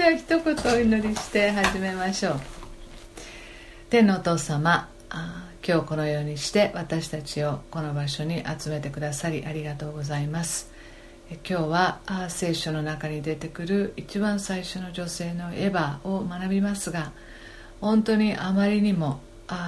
は一言お祈りして始めましょう。天のお父様、今日このようにして私たちをこの場所に集めてくださりありがとうございます。今日は聖書の中に出てくる一番最初の女性のエヴァを学びますが、本当にあまりにも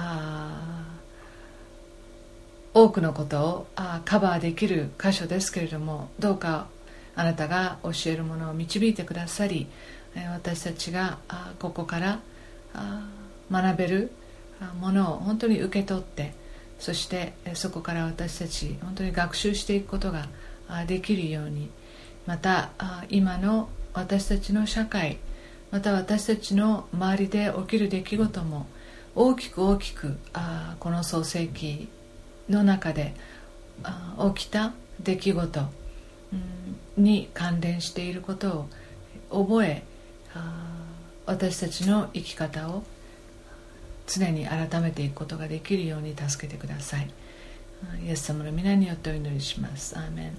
多くのことをカバーできる箇所ですけれども、どうかあなたが教えるものを導いてくださり、私たちがここから学べるものを本当に受け取って、そしてそこから私たち本当に学習していくことができるように、また今の私たちの社会、また私たちの周りで起きる出来事も大きくこの創世記の中で起きた出来事に関連していることを覚え、私たちの生き方を常に改めていくことができるように助けてください。イエス様の皆によってお祈りします。アーメ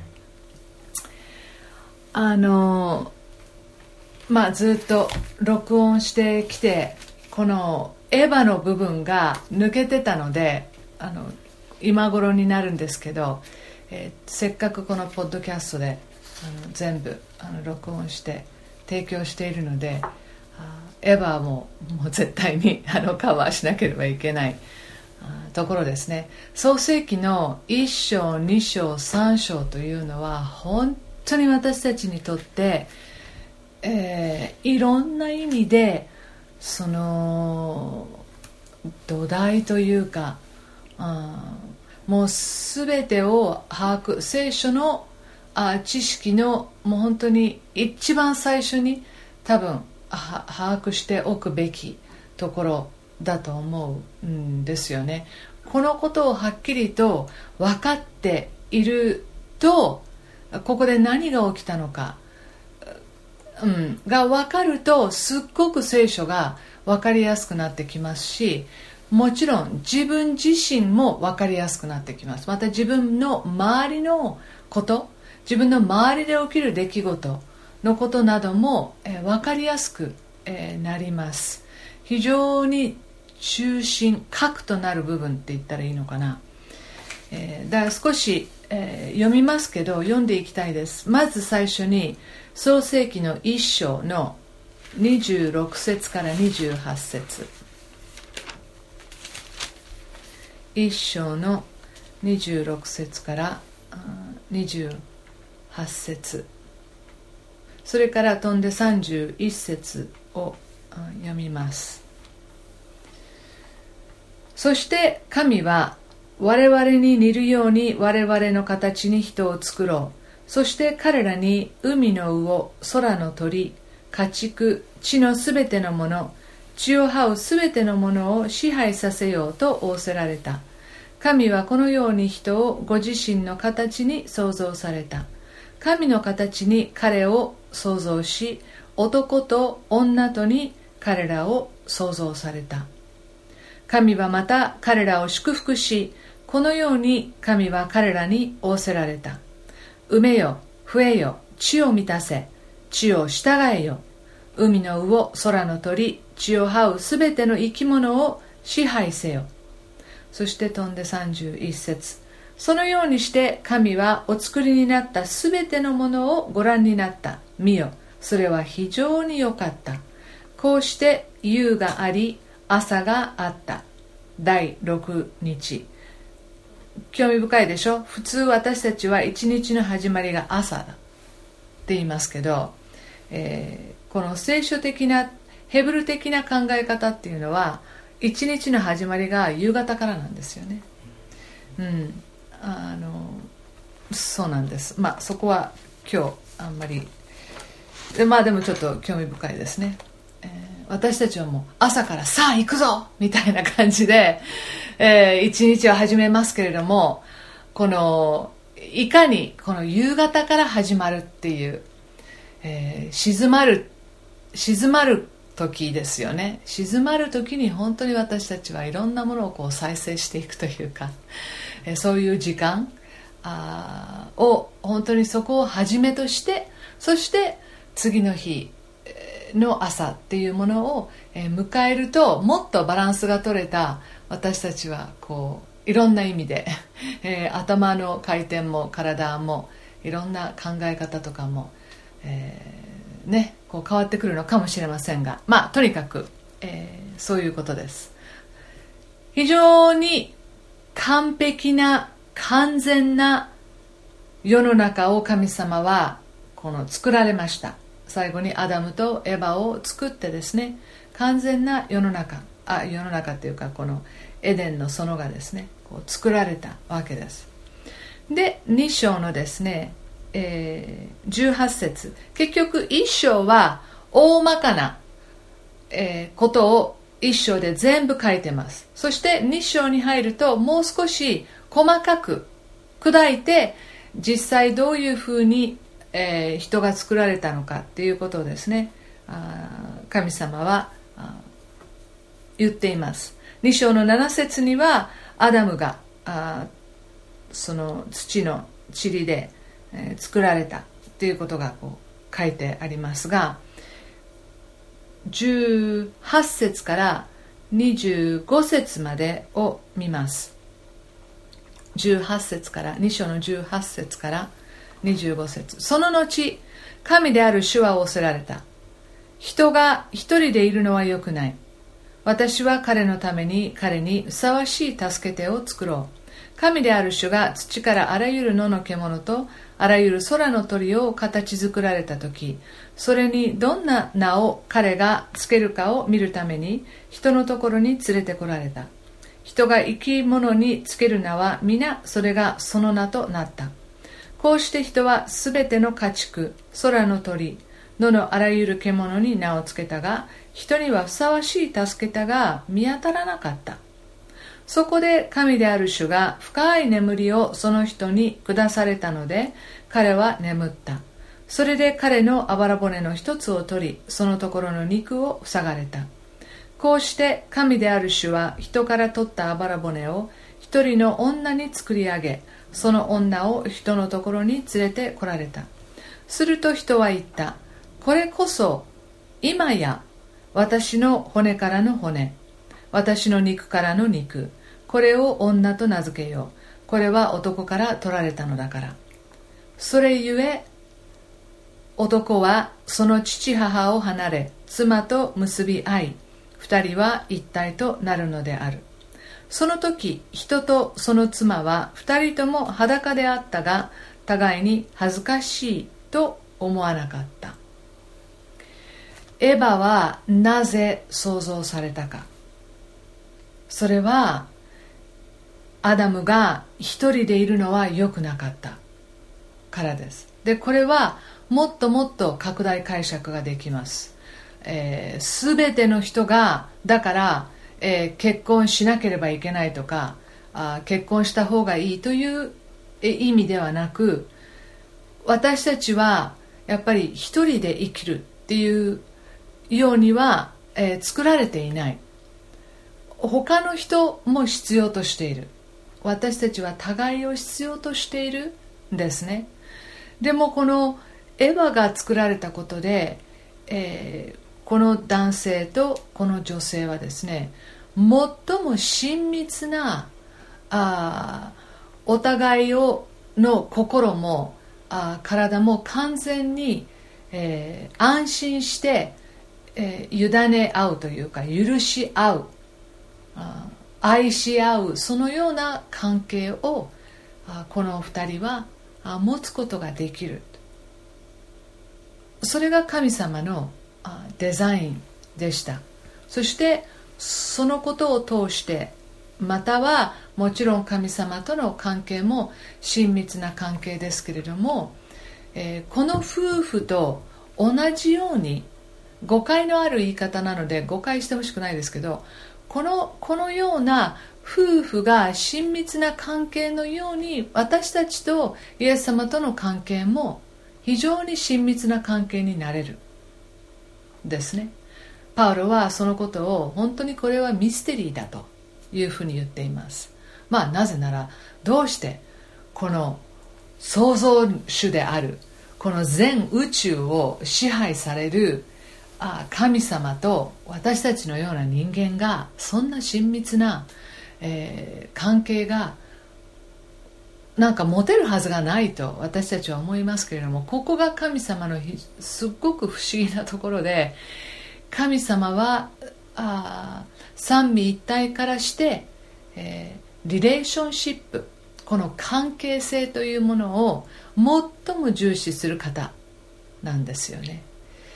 ン。ずっと録音してきて、このエヴァの部分が抜けてたので今頃になるんですけど、せっかくこのポッドキャストで全部録音して提供しているので、エヴァもう絶対にカバーしなければいけないところですね。創世記の1章2章3章というのは本当に私たちにとって、いろんな意味でその土台というか、もう全てを把握、聖書の知識のもう本当に一番最初に多分把握しておくべきところだと思うんですよね。このことをはっきりと分かっていると、ここで何が起きたのか、が分かると、すっごく聖書が分かりやすくなってきますし、もちろん自分自身も分かりやすくなってきます。また自分の周りのこと、自分の周りで起きる出来事のことなども分かりやすくなります。非常に中心、核となる部分って言ったらいいのかな。だから少し読みますけど、読んでいきたいです。まず最初に創世記の1章の26節から28節、1章の26節から28節、それから飛んで31節を読みます。そして神は我々に似るように我々の形に人を作ろう。そして彼らに海の魚、空の鳥、家畜、地のすべてのもの、地を這うすべてのものを支配させようと仰せられた。神はこのように人をご自身の形に創造された。神の形に彼を創造し、男と女とに彼らを創造された。神はまた彼らを祝福し、このように神は彼らに仰せられた。埋めよ、増えよ、地を満たせ、地を従えよ。海の魚、空の鳥、地を這うすべての生き物を支配せよ。そして飛んで31節。そのようにして神はお作りになったすべてのものをご覧になった。見よ、それは非常に良かった。こうして夕があり、朝があった。第6日。興味深いでしょ。普通私たちは一日の始まりが朝だって言いますけど、この聖書的なヘブル的な考え方っていうのは、一日の始まりが夕方からなんですよね。そうなんです。そこは今日あんまりでもちょっと興味深いですね。私たちはもう朝からさあ行くぞみたいな感じで、一日を始めますけれども、このいかにこの夕方から始まるっていう、静まる時ですよね。静まる時に本当に私たちはいろんなものをこう再生していくというか、そういう時間を本当にそこを始めとして、そして次の日の朝っていうものを迎えると、もっとバランスが取れた、私たちはこういろんな意味で頭の回転も体もいろんな考え方とかも、こう変わってくるのかもしれませんが、とにかく、そういうことです。非常に完璧な完全な世の中を神様は作られました。最後にアダムとエバを作ってですね、完全な世の中っていうか、このエデンの園がですね、こう作られたわけです。で、2章のですね、18節、結局1章は大まかな、ことを1章で全部書いてます。そして2章に入ると、もう少し細かく砕いて、実際どういうふうに、人が作られたのかっていうことをですね、神様は言っています。2章の7節にはアダムがその土の塵で、作られたっていうことがこう書いてありますが、18節から25節までを見ます。18節から2章の18節から25節、その後神である主は仰せられた。人が一人でいるのは良くない。私は彼のために彼にふさわしい助け手を作ろう。神である主が土からあらゆる野の獣とあらゆる空の鳥を形作られたとき、それにどんな名を彼がつけるかを見るために人のところに連れてこられた。人が生き物につける名は皆それがその名となった。こうして人はすべての家畜、空の鳥、野のあらゆる獣に名をつけたが、人にはふさわしい助け手が見当たらなかった。そこで神である主が深い眠りをその人に下されたので、彼は眠った。それで彼のあばら骨の一つを取り、そのところの肉を塞がれた。こうして神である主は人から取ったあばら骨を一人の女に作り上げ、その女を人のところに連れて来られた。すると人は言った。これこそ今や私の骨からの骨、私の肉からの肉、これを女と名付けよう。これは男から取られたのだから。それゆえ男はその父母を離れ、妻と結び合い、二人は一体となるのである。その時人とその妻は二人とも裸であったが、互いに恥ずかしいと思わなかった。エバはなぜ創造されたか。それはアダムが一人でいるのは良くなかったからです。で、これはもっともっと拡大解釈ができます。すべての人がだから、結婚しなければいけないとか、結婚した方がいいという意味ではなく、私たちはやっぱり一人で生きるっていうようには、作られていない。他の人も必要としている。私たちは互いを必要としているんですね。でもこのエヴァが作られたことで、この男性とこの女性はですね、最も親密なお互いの心も体も完全に、安心して、委ね合うというか許し合う、愛し合う、そのような関係をこの二人は持つことができる。それが神様のデザインでした。そしてそのことを通して、またはもちろん神様との関係も親密な関係ですけれども、この夫婦と同じように、誤解のある言い方なので誤解してほしくないですけど、このような夫婦が親密な関係のように、私たちとイエス様との関係も非常に親密な関係になれるですね。パウロはそのことを本当にこれはミステリーだというふうに言っています。なぜなら、どうしてこの創造主であるこの全宇宙を支配される神様と私たちのような人間がそんな親密な、関係がなんか持てるはずがないと私たちは思いますけれども、ここが神様のすっごく不思議なところで、神様は三位一体からして、リレーションシップ、この関係性というものを最も重視する方なんですよね。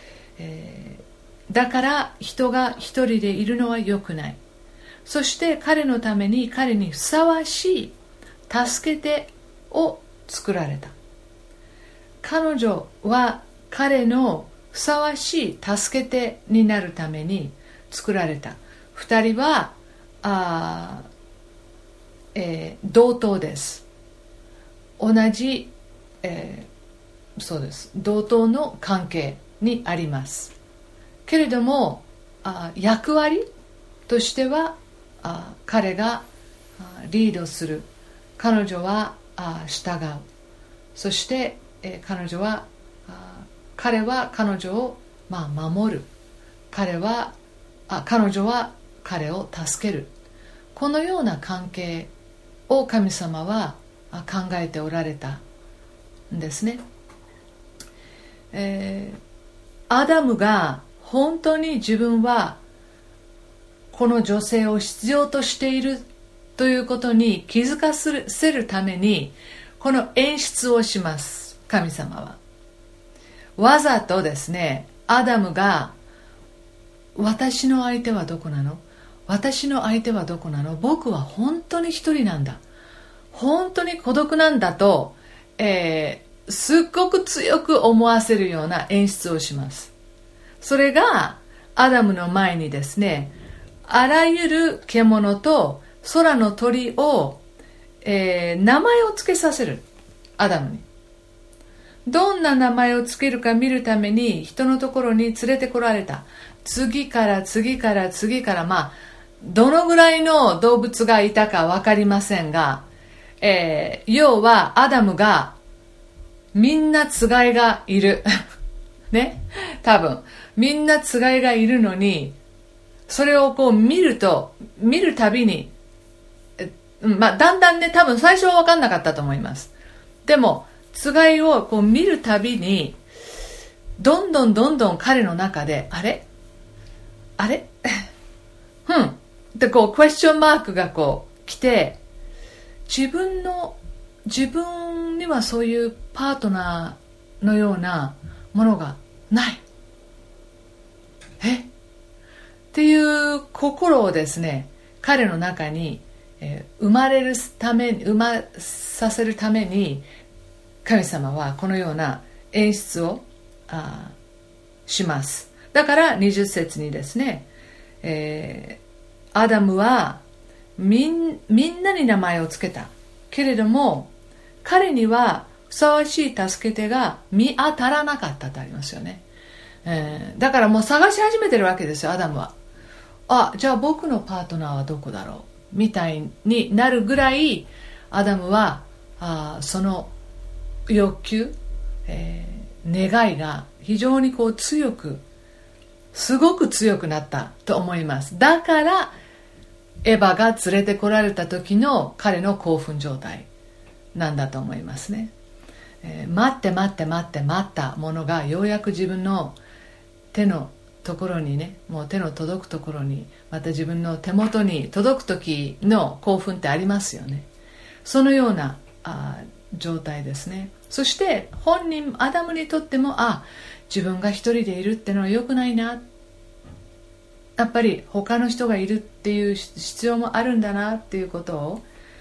だから人が一人でいるのは良くない。そして彼のために彼にふさわしい助け手を作られた。彼女は彼のふさわしい助け手になるために作られた。二人は同等です。同じ、そうです。同等の関係にあります。けれども役割としては彼がリードする、彼女は従う、そして、彼は彼女を守る、彼女は彼を助ける、このような関係を神様は考えておられたんですね。アダムが本当に自分はこの女性を必要としているということに気づかせるためにこの演出をします。神様はわざとですね、アダムが私の相手はどこなの、私の相手はどこなの、僕は本当に一人なんだ、本当に孤独なんだと、すっごく強く思わせるような演出をします。それがアダムの前にですね、あらゆる獣と空の鳥を、名前を付けさせる。アダムにどんな名前を付けるか見るために人のところに連れてこられた。次から次から次から、どのぐらいの動物がいたか分かりませんが、要はアダムがみんなつがいがいるね、多分みんなつがいがいるのに、それをこう見るたびに、だんだんね、多分最初は分かんなかったと思います。でもつがいをこう見るたびにどんどん彼の中であれでこうクエスチョンマークがこう来て、自分にはそういうパートナーのようなものがないっていう心をですね、彼の中に生まさせるために神様はこのような演出をします。だから20節にですね、アダムはみんなに名前をつけたけれども、彼にはふさわしい助け手が見当たらなかったとありますよね。だからもう探し始めてるわけですよ、アダムは。じゃあ僕のパートナーはどこだろうみたいになるぐらいアダムはその欲求、願いが非常にこうすごく強くなったと思います。だからエヴァが連れてこられた時の彼の興奮状態なんだと思いますね。待ったものがようやく自分の手のところにね、もう手の届くところに、また自分の手元に届く時の興奮ってありますよね。そのような状態ですね。そして本人アダムにとっても自分が一人でいるってのは良くないな、やっぱり他の人がいるっていう必要もあるんだなっていうことを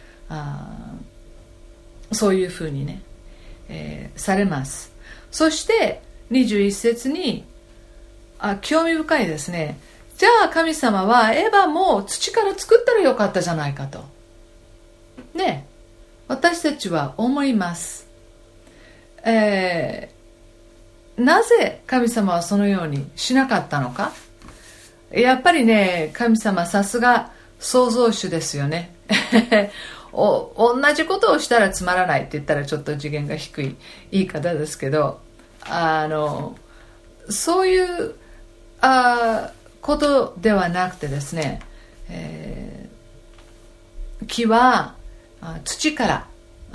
そういうふうにね、されます。そして21節に興味深いですね。じゃあ神様はエヴァも土から作ったらよかったじゃないかとね、私たちは思います。なぜ神様はそのようにしなかったのか。やっぱりね、神様さすが創造主ですよね同じことをしたらつまらないって言ったらちょっと次元が低い言い方ですけど、そういうことではなくてですね、木は土から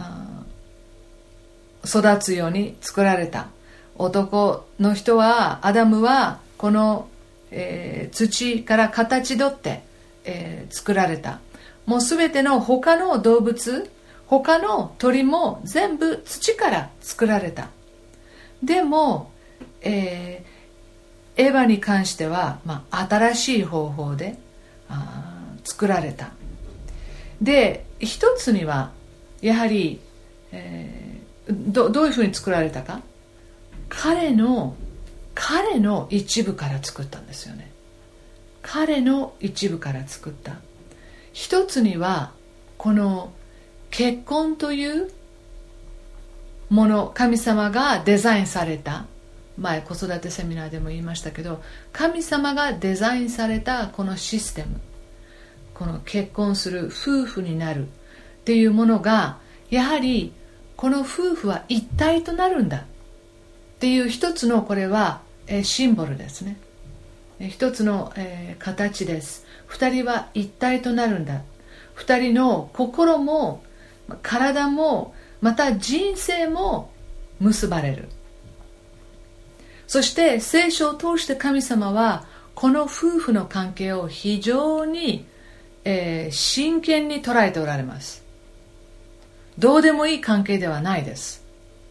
育つように作られた。男の人は、アダムはこの、土から形取って、作られた。もうすべての他の動物、他の鳥も全部土から作られた。でも、エヴァに関しては、新しい方法で作られた。で、一つにはやはり、どういうふうに作られたか、彼の一部から作ったんですよね。彼の一部から作った。一つにはこの結婚というもの、神様がデザインされた、前子育てセミナーでも言いましたけど、神様がデザインされたこのシステム、この結婚する、夫婦になるっていうものが、やはりこの夫婦は一体となるんだっていう一つの、これはシンボルですね。一つの形です。二人は一体となるんだ。二人の心も体もまた人生も結ばれる。そして聖書を通して神様はこの夫婦の関係を非常に、真剣に捉えておられます。どうでもいい関係ではないです。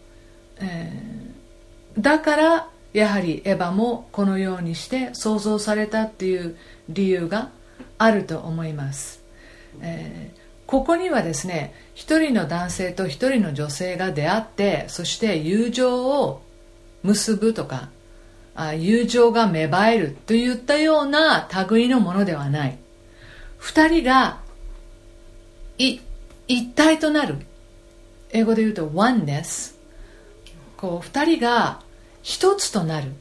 だからやはりエヴァもこのようにして創造されたっていう理由があると思います。ここにはですね、一人の男性と一人の女性が出会って、そして友情を結ぶとか、友情が芽生えるといったような類のものではない。二人が一体となる。英語で言うと oneness。こう二人が一つとなる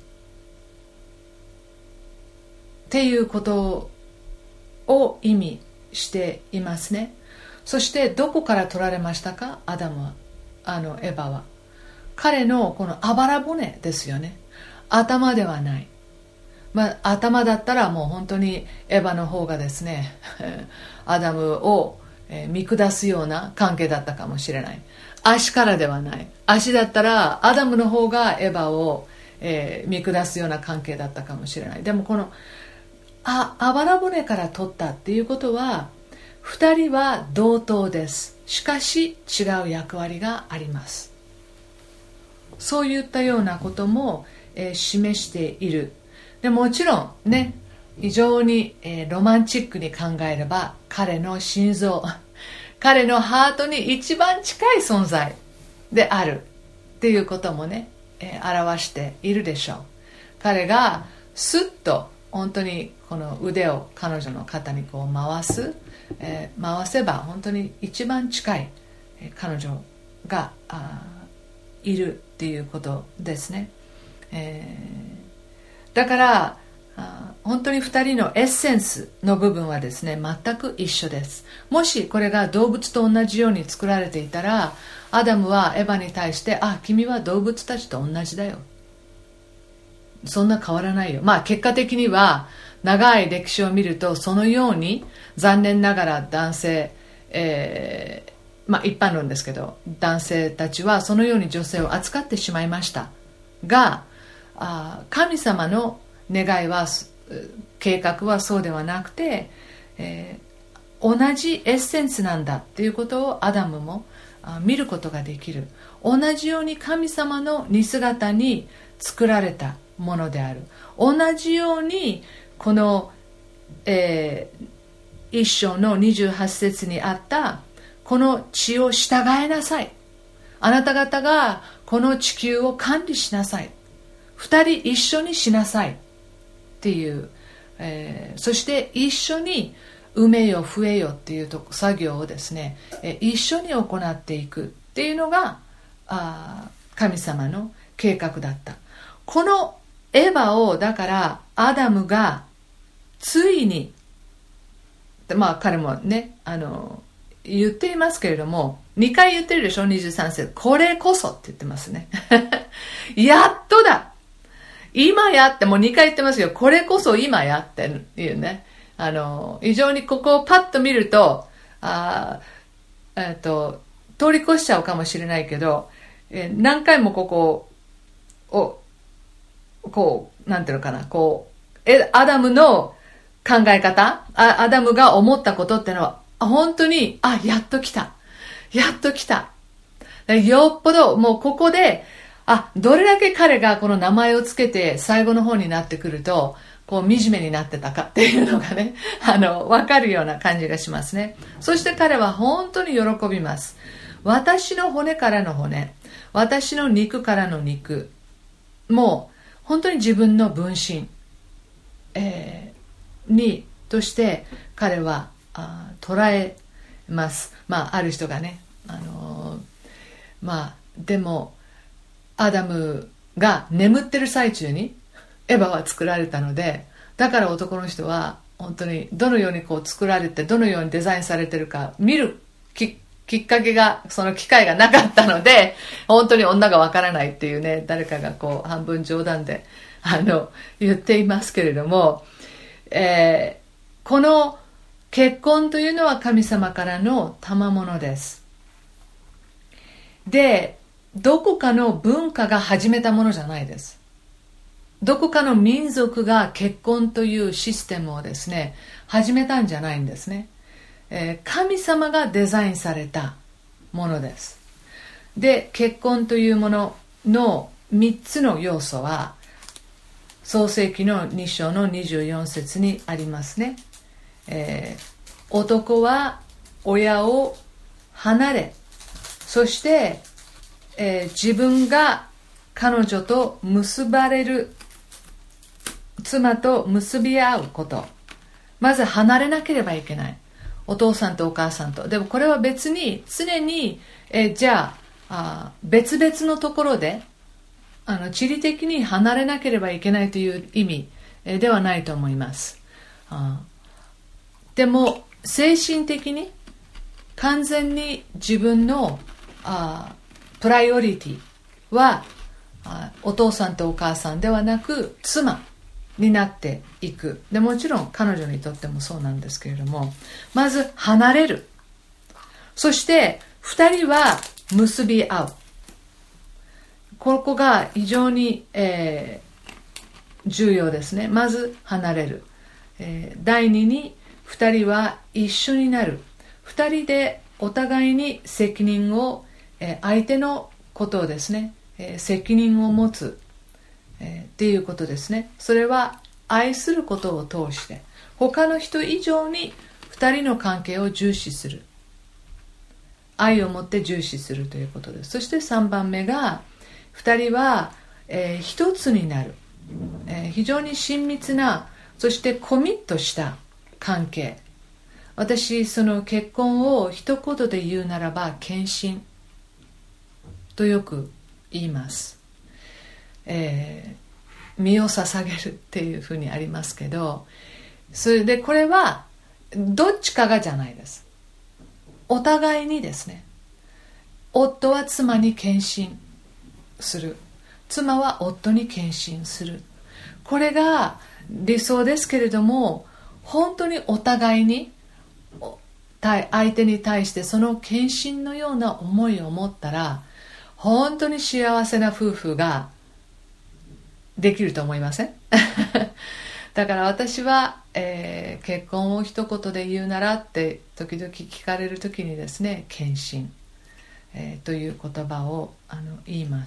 っていうことを意味していますね。そしてどこから取られましたか、アダムは、エヴァは。彼のこのあばら骨ですよね。頭ではない。頭だったらもう本当にエヴァの方がですねアダムを見下すような関係だったかもしれない。足からではない。足だったらアダムの方がエヴァを、見下すような関係だったかもしれない。でもこのあばら骨から取ったっていうことは、二人は同等です。しかし違う役割があります。そういったようなことも、示している。でもちろんね、非常に、ロマンチックに考えれば、彼の心臓彼のハートに一番近い存在であるっていうこともね、表しているでしょう。彼がスッと本当にこの腕を彼女の肩にこう回せば本当に一番近い、彼女がいるっていうことですね。だから本当に2人のエッセンスの部分はですね、全く一緒です。もしこれが動物と同じように作られていたら、アダムはエヴァに対して、君は動物たちと同じだよ、そんな変わらないよ。結果的には長い歴史を見るとそのように、残念ながら男性、一般論ですけど、男性たちはそのように女性を扱ってしまいましたが、神様の願いは、計画はそうではなくて、同じエッセンスなんだっていうことをアダムも見ることができる。同じように神様の似姿に作られたものである。同じようにこの、一章の28節にあったこの地を従えなさい、あなた方がこの地球を管理しなさい、二人一緒にしなさいっていう、そして一緒に埋めよ増えよっていう作業をですね、一緒に行っていくっていうのが神様の計画だった。このエヴァをだからアダムがついに、彼もね言っていますけれども、2回言ってるでしょ、23節。これこそって言ってますねやっとだ、 今やってもう2回言ってますよ。これこそ今やっていうね。非常にここをパッと見ると、通り越しちゃうかもしれないけど、何回もここを、こう、なんていうのかな、こう、アダムの考え方、アダムが思ったことってのは、本当に、やっと来た。やっと来た。よっぽど、もうここで、どれだけ彼がこの名前をつけて最後の方になってくると、こう惨めになってたかっていうのがね、わかるような感じがしますね。そして彼は本当に喜びます。私の骨からの骨、私の肉からの肉、もう本当に自分の分身、として彼は捉えます。ある人がね、でもアダムが眠ってる最中にエヴァは作られたので、だから男の人は本当にどのようにこう作られて、どのようにデザインされてるか見るきっかけが、その機会がなかったので、本当に女がわからないっていうね、誰かがこう半分冗談で言っていますけれども、この結婚というのは神様からの賜物です。で、どこかの文化が始めたものじゃないです。どこかの民族が結婚というシステムをですね、始めたんじゃないんですね。神様がデザインされたものです。で、結婚というものの3つの要素は、創世記の2章の24節にありますね。男は親を離れ、そして、自分が彼女と結ばれる妻と結び合うこと、まず離れなければいけない。お父さんとお母さんと。でもこれは別に常に、じゃあ別々のところで地理的に離れなければいけないという意味、ではないと思います。でも精神的に完全に自分のプライオリティはお父さんとお母さんではなく妻になっていく。でもちろん彼女にとってもそうなんですけれども、まず離れる。そして二人は結び合う。ここが非常に、重要ですね。まず離れる。第二に二人は一緒になる。二人でお互いに責任を、相手のことをですね、責任を持つ、っていうことですね。それは愛することを通して他の人以上に二人の関係を重視する。愛を持って重視するということです。そして3番目が二人は、一つになる、非常に親密な、そしてコミットした関係。私その結婚を一言で言うならば献身とよく言います。身を捧げるっていうふうにありますけど、それでこれはどっちかがじゃないです。お互いにですね、夫は妻に献身する、妻は夫に献身する。これが理想ですけれども、本当にお互いに相手に対してその献身のような思いを持ったら、本当に幸せな夫婦ができると思いません？だから私は、結婚を一言で言うならって時々聞かれる時にですね、献身、という言葉を言います。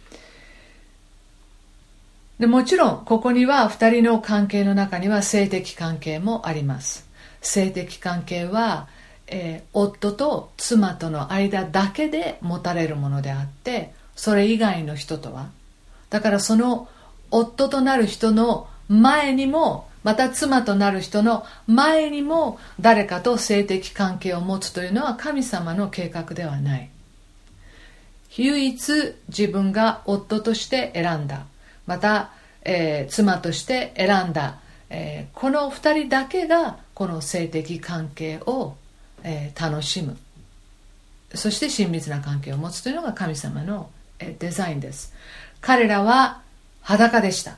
でもちろんここには二人の関係の中には性的関係もあります。性的関係は、夫と妻との間だけで持たれるものであって、それ以外の人とは、だからその夫となる人の前にも、また妻となる人の前にも誰かと性的関係を持つというのは神様の計画ではない。唯一自分が夫として選んだ、また、妻として選んだ、この二人だけがこの性的関係を、楽しむ、そして親密な関係を持つというのが神様の、デザインです。彼らは裸でした。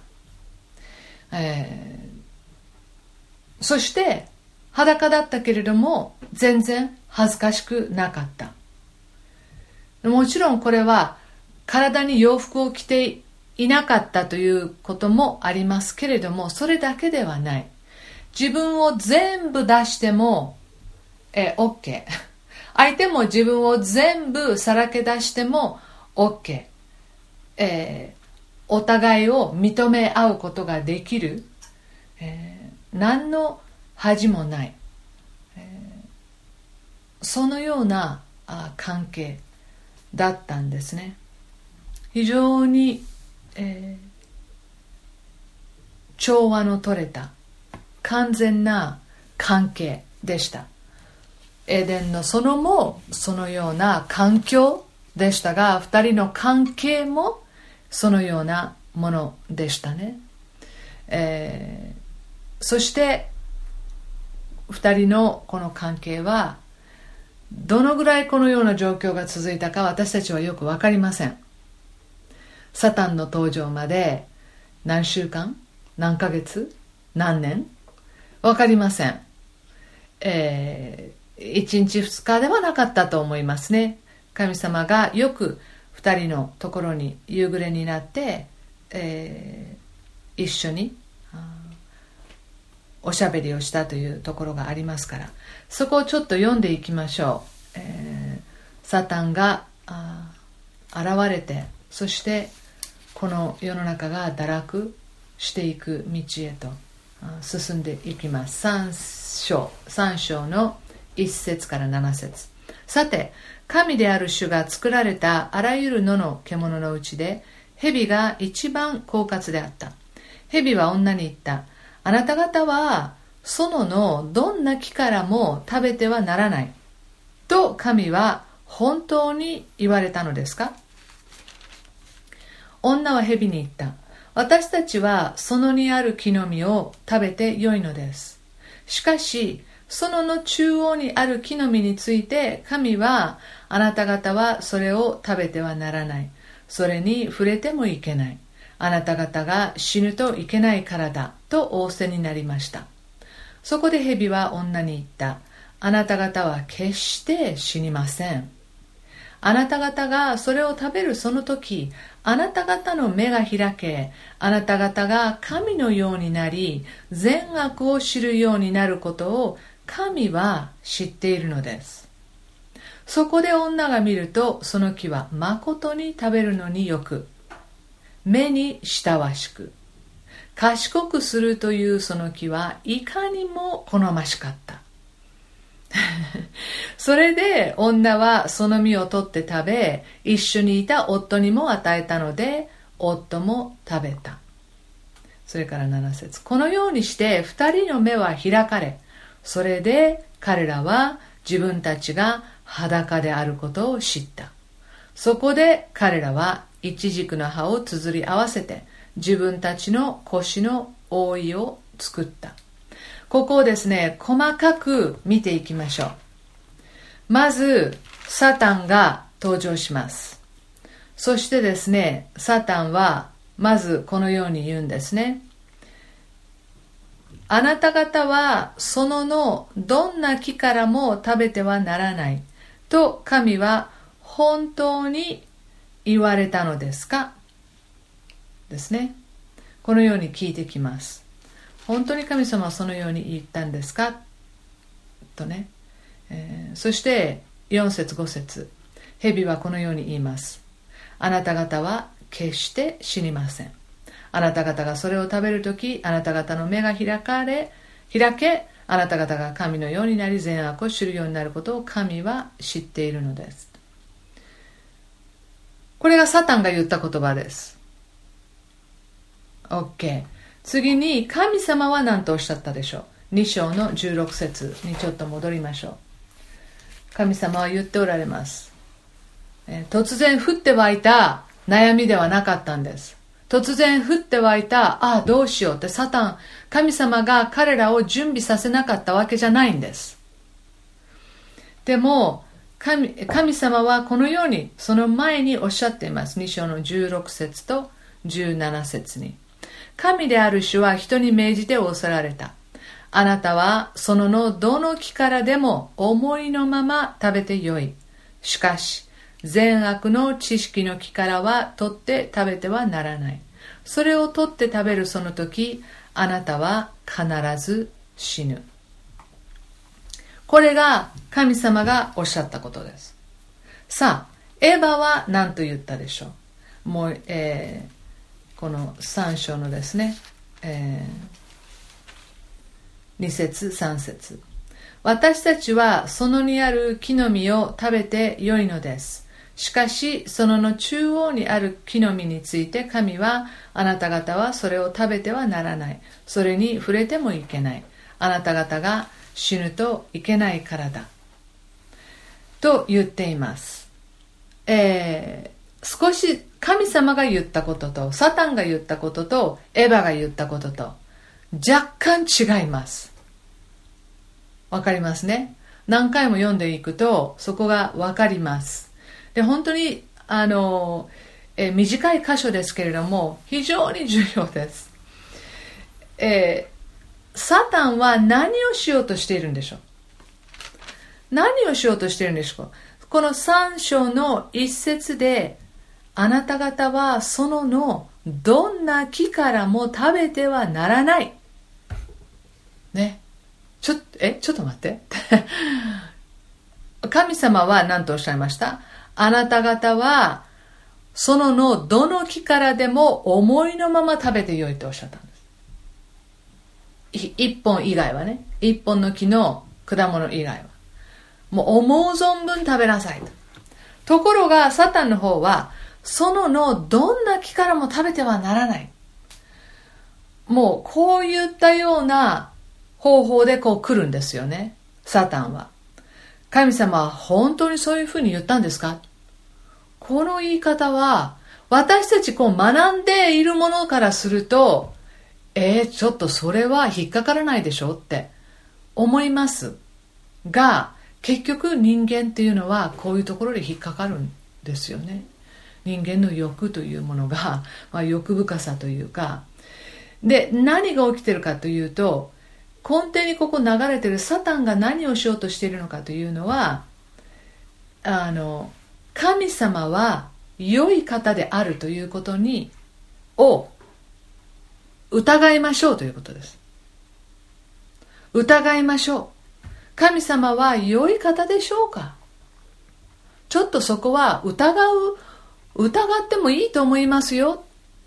そして裸だったけれども全然恥ずかしくなかった。もちろんこれは体に洋服を着ていなかったということもありますけれども、それだけではない。自分を全部出してもOK。相手も自分を全部さらけ出しても OK。お互いを認め合うことができる。何の恥もない。そのような関係だったんですね。非常に、調和の取れた完全な関係でした。エデンの園もそのような環境でしたが、二人の関係もそのようなものでしたね。そして二人のこの関係はどのぐらいこのような状況が続いたか私たちはよく分かりません。サタンの登場まで何週間、何ヶ月、何年、分かりません。1日2日ではなかったと思いますね。神様がよく2人のところに夕暮れになって、一緒におしゃべりをしたというところがありますから、そこをちょっと読んでいきましょう。サタンが現れて、そしてこの世の中が堕落していく道へと進んでいきます。3章の1節から7節。さて、神である主が作られたあらゆる野の獣のうちで、蛇が一番狡猾であった。蛇は女に言った。あなた方は園のどんな木からも食べてはならない。と神は本当に言われたのですか？女は蛇に言った。私たちは園にある木の実を食べてよいのです。しかし、園の中央にある木の実について神は、あなた方はそれを食べてはならない。それに触れてもいけない。あなた方が死ぬといけないからだと仰せになりました。そこで蛇は女に言った。あなた方は決して死にません。あなた方がそれを食べるその時、あなた方の目が開け、あなた方が神のようになり、善悪を知るようになることを神は知っているのです。そこで女が見ると、その木はまことに食べるのによく、目に親しく、賢くするというその木はいかにも好ましかった。それで女はその実を取って食べ、一緒にいた夫にも与えたので、夫も食べた。それから7節。このようにして二人の目は開かれ、それで彼らは自分たちが裸であることを知った。そこで彼らはイチジクの葉を綴り合わせて自分たちの腰の覆いを作った。ここをですね、細かく見ていきましょう。まずサタンが登場します。そしてですね、サタンはまずこのように言うんですね。あなた方は園のどんな木からも食べてはならないと神は本当に言われたのですかですね。このように聞いてきます。本当に神様はそのように言ったんですかとね。そして4節5節。蛇はこのように言います。あなた方は決して死にません。あなた方がそれを食べるとき、あなた方の目が開け、あなた方が神のようになり善悪を知るようになることを神は知っているのです。これがサタンが言った言葉です。OK。次に神様は何とおっしゃったでしょう。2章の16節にちょっと戻りましょう。神様は言っておられます。突然降って湧いた悩みではなかったんです。突然降って湧いた、どうしようって神様が彼らを準備させなかったわけじゃないんです。でも、神様はこのようにその前におっしゃっています。2章の16節と 17節に、神である主は人に命じて仰せられた。あなたはそののどの木からでも思いのまま食べてよい。しかし、善悪の知識の木からは取って食べてはならない。それを取って食べるその時、あなたは必ず死ぬ。これが神様がおっしゃったことです。さあ、エヴァは何と言ったでしょう。もう、この3章のですね、2節3節。私たちはそのにある木の実を食べてよいのです。しかしそのの中央にある木の実について神は、あなた方はそれを食べてはならない。それに触れてもいけない。あなた方が死ぬといけないからだ。と言っています。少し神様が言ったことと、サタンが言ったことと、エヴァが言ったことと、若干違います。わかりますね。何回も読んでいくと、そこがわかります。で、本当に、短い箇所ですけれども、非常に重要です。サタンは何をしようとしているんでしょう。何をしようとしているんでしょう。この3章の一節で、あなた方はそののどんな木からも食べてはならない。ね。ちょっと待って。神様は何とおっしゃいました？あなた方はそののどの木からでも思いのまま食べてよいとおっしゃったんです。一本以外はね。一本の木の果物以外は。もう思う存分食べなさいと。ところがサタンの方は、そののどんな木からも食べてはならない。もうこういったような方法でこう来るんですよね。サタンは。神様は本当にそういうふうに言ったんですか？この言い方は、私たちこう学んでいるものからすると、ちょっとそれは引っかからないでしょって思いますが、結局人間っていうのはこういうところで引っかかるんですよね。人間の欲というものが、欲深さというか。で、何が起きてるかというと、根底にここ流れてるサタンが何をしようとしているのかというのは、神様は良い方であるということを疑いましょうということです。疑いましょう。神様は良い方でしょうか？ちょっとそこは疑ってもいいと思いますよ。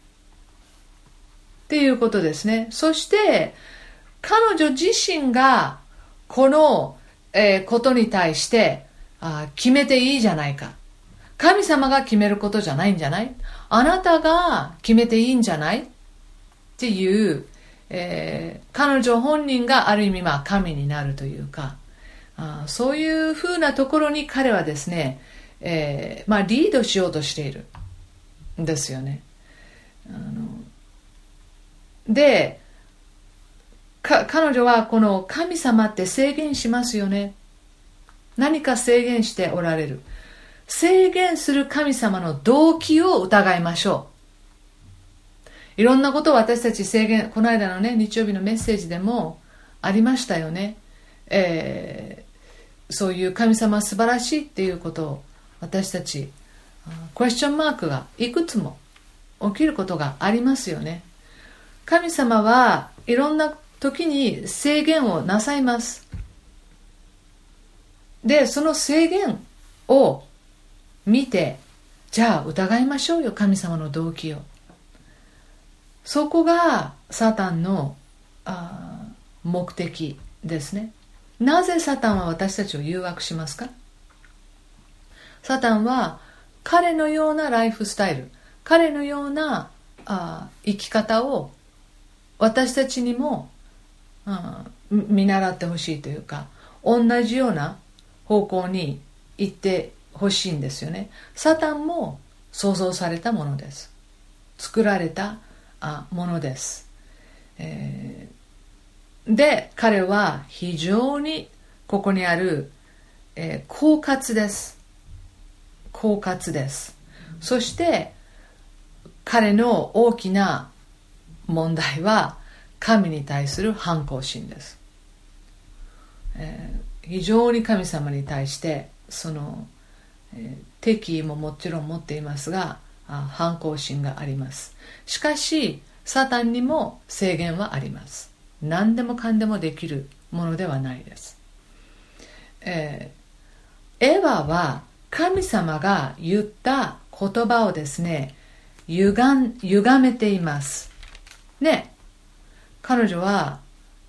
っていうことですね。そして、彼女自身がこの、ことに対して決めていいじゃないか。神様が決めることじゃないんじゃない？あなたが決めていいんじゃない？っていう、彼女本人がある意味神になるというか、そういうふうなところに彼はですね、リードしようとしているんですよね。で、彼女はこの神様って制限しますよね。何か制限しておられる。制限する神様の動機を疑いましょう。いろんなことを私たちこの間のね、日曜日のメッセージでもありましたよね。そういう神様素晴らしいっていうことを私たちクエスチョンマークがいくつも起きることがありますよね。神様はいろんな時に制限をなさいます。で、その制限を見て、じゃあ疑いましょうよ、神様の動機を。そこがサタンの目的ですね。なぜサタンは私たちを誘惑しますか？サタンは彼のようなライフスタイル、彼のような生き方を私たちにも見習ってほしいというか、同じような方向に行ってほしいんですよね。サタンも創造されたものです。作られたものです。で、彼は非常にここにある、狡猾です。狡猾です。そして彼の大きな問題は神に対する反抗心です。非常に神様に対して敵意ももちろん持っていますが、反抗心があります。しかしサタンにも制限はあります。何でもかんでもできるものではないです。エヴァは神様が言った言葉をですね、歪めていますね。彼女は、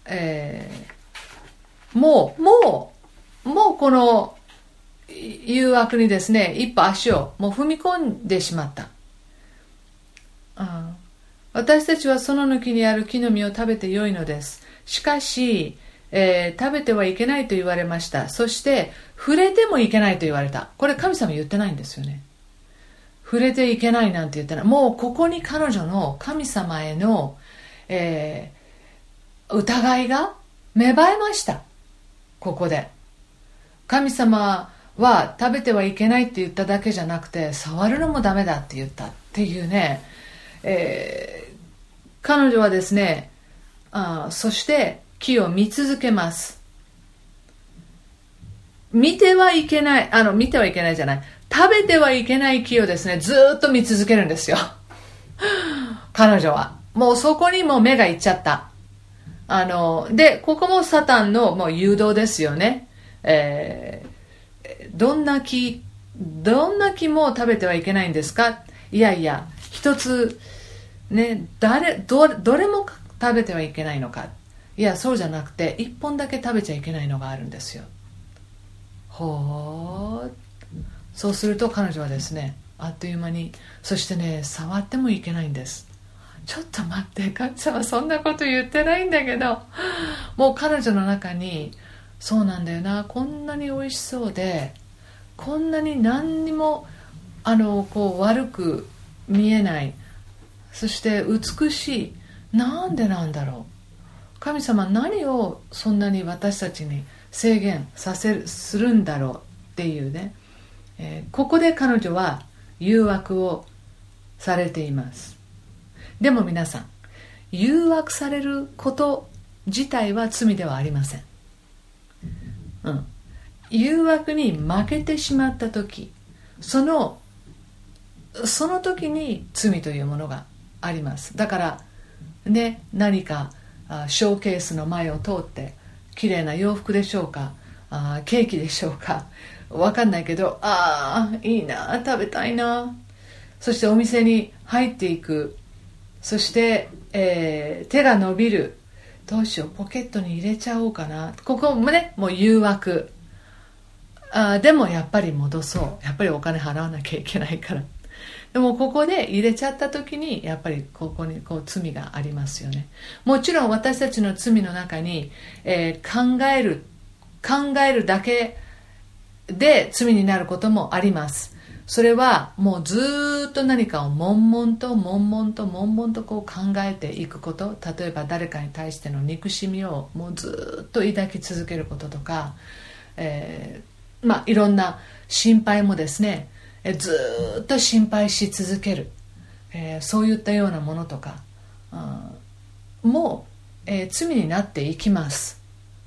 もうこの誘惑にですね、一歩足をもう踏み込んでしまった。私たちはその木にある木の実を食べてよいのです。しかし、食べてはいけないと言われました。そして触れてもいけないと言われた。これ神様言ってないんですよね。触れていけないなんて言ってない。もうここに彼女の神様への、疑いが芽生えました。ここで神様は食べてはいけないって言っただけじゃなくて、触るのもダメだって言ったっていうね、彼女はですね、そして木を見続けます。見てはいけないじゃない、食べてはいけない木をですね、ずーっと見続けるんですよ。彼女はもうそこにもう目がいっちゃった。でここもサタンのもう誘導ですよね。どんな木も食べてはいけないんですか。いやいや、一つね、どれも食べてはいけないのか。いや、そうじゃなくて一本だけ食べちゃいけないのがあるんですよ。そうすると彼女はですね、あっという間に、そしてね、触ってもいけないんです。ちょっと待って、神様そんなこと言ってないんだけど、もう彼女の中に、そうなんだよな、こんなに美味しそうで、こんなに何にもこう悪く見えない、そして美しい、なんでなんだろう、神様何をそんなに私たちに制限するんだろうっていうね、ここで彼女は誘惑をされています。でも皆さん、誘惑されること自体は罪ではありません。誘惑に負けてしまった時、その時に罪というものがあります。だからね、何かショーケースの前を通って綺麗な洋服でしょうか、ケーキでしょうか、わかんないけど、いいな、食べたいな、そしてお店に入っていく。そして、手が伸びる。どうしよう、ポケットに入れちゃおうかな。ここもね、もう誘惑。でもやっぱり戻そう。やっぱりお金払わなきゃいけないから。でもここで入れちゃった時に、やっぱりここにこう罪がありますよね。もちろん私たちの罪の中に、考えるだけで罪になることもあります。それはもうずっと何かを悶々とこう考えていくこと。例えば誰かに対しての憎しみをもうずっと抱き続けることとか、いろんな心配もですね、ずっと心配し続ける、そういったようなものとかもう、罪になっていきます。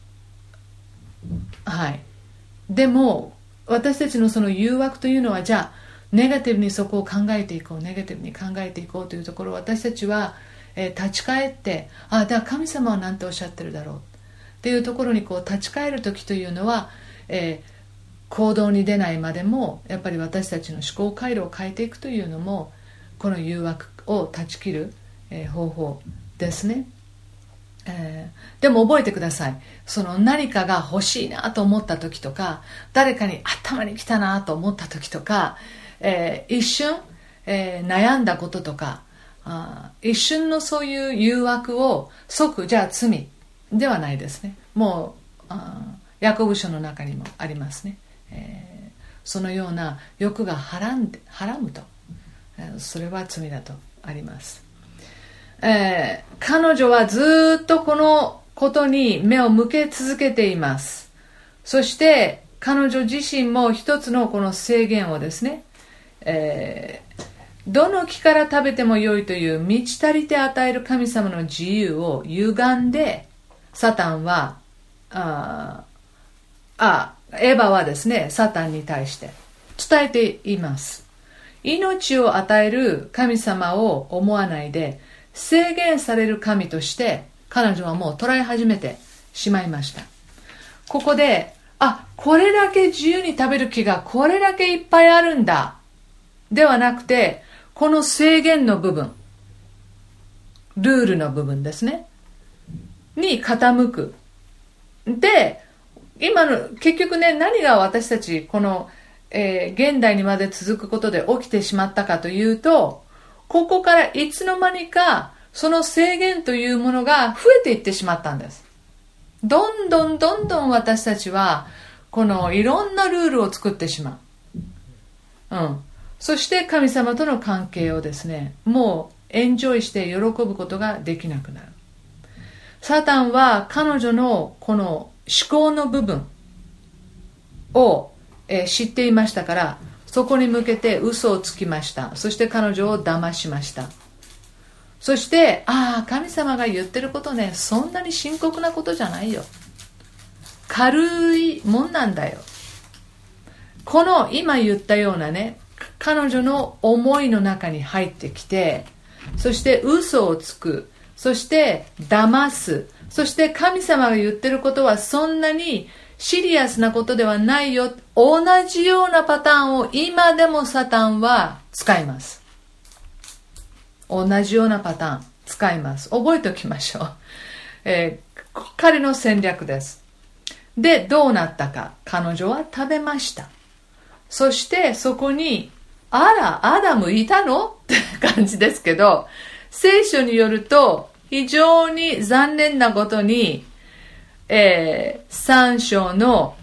はい。でも私たちのその誘惑というのは、じゃあネガティブにそこを考えていこうというところを私たちは、立ち返って、だから神様は何ておっしゃってるだろうっていうところにこう立ち返る時というのは、行動に出ないまでもやっぱり私たちの思考回路を変えていくというのもこの誘惑を断ち切る、方法ですね。でも覚えてください。その何かが欲しいなと思った時とか、誰かに頭に来たなと思った時とか、一瞬、悩んだこととか、一瞬のそういう誘惑を即じゃあ罪ではないですね。もうヤコブ書の中にもありますね。そのような欲がはらむと、それは罪だとあります。彼女はずっとこのことに目を向け続けています。そして彼女自身も一つのこの制限をですね、 どの木から食べてもよいという満ち足りて与える神様の自由を歪んで、サタンはエヴァはですね、サタンに対して伝えています。命を与える神様を思わないで、制限される神として彼女はもう捉え始めてしまいました。ここで、これだけ自由に食べる木がこれだけいっぱいあるんだ。ではなくて、この制限の部分、ルールの部分ですね、に傾く。で、今の、結局ね、何が私たち、この、現代にまで続くことで起きてしまったかというと、ここからいつの間にか、その制限というものが増えていってしまったんです。どんどん私たちは、このいろんなルールを作ってしまう。そして神様との関係をですね、もうエンジョイして喜ぶことができなくなる。サタンは彼女のこの思考の部分を、知っていましたから、そこに向けて嘘をつきました。そして彼女を騙しました。そして、神様が言ってることね、そんなに深刻なことじゃないよ。軽いもんなんだよ。この今言ったようなね、彼女の思いの中に入ってきて、そして嘘をつく、そして騙す、そして神様が言ってることはそんなにシリアスなことではないよ。同じようなパターンを今でもサタンは使います。同じようなパターン使います。覚えておきましょう。彼の戦略です。で、どうなったか。彼女は食べました。そしてそこに、アダムいたのって感じですけど、聖書によると非常に残念なことに、3章の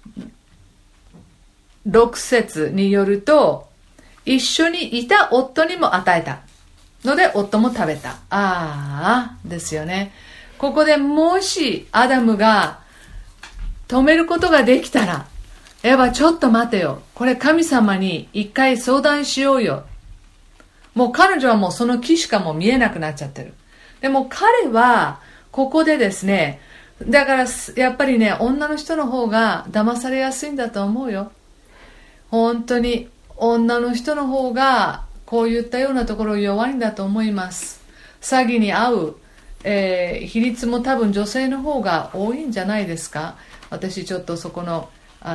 6節によると、一緒にいた夫にも与えたので夫も食べた。ですよね。ここでもしアダムが止めることができたら、エヴァちょっと待てよ。これ神様に一回相談しようよ。もう彼女はもうその木しかもう見えなくなっちゃってる。でも彼はここでですね、だからやっぱりね、女の人の方が騙されやすいんだと思うよ。本当に女の人の方がこういったようなところ弱いんだと思います。詐欺に遭う、比率も多分女性の方が多いんじゃないですか。私ちょっとそこの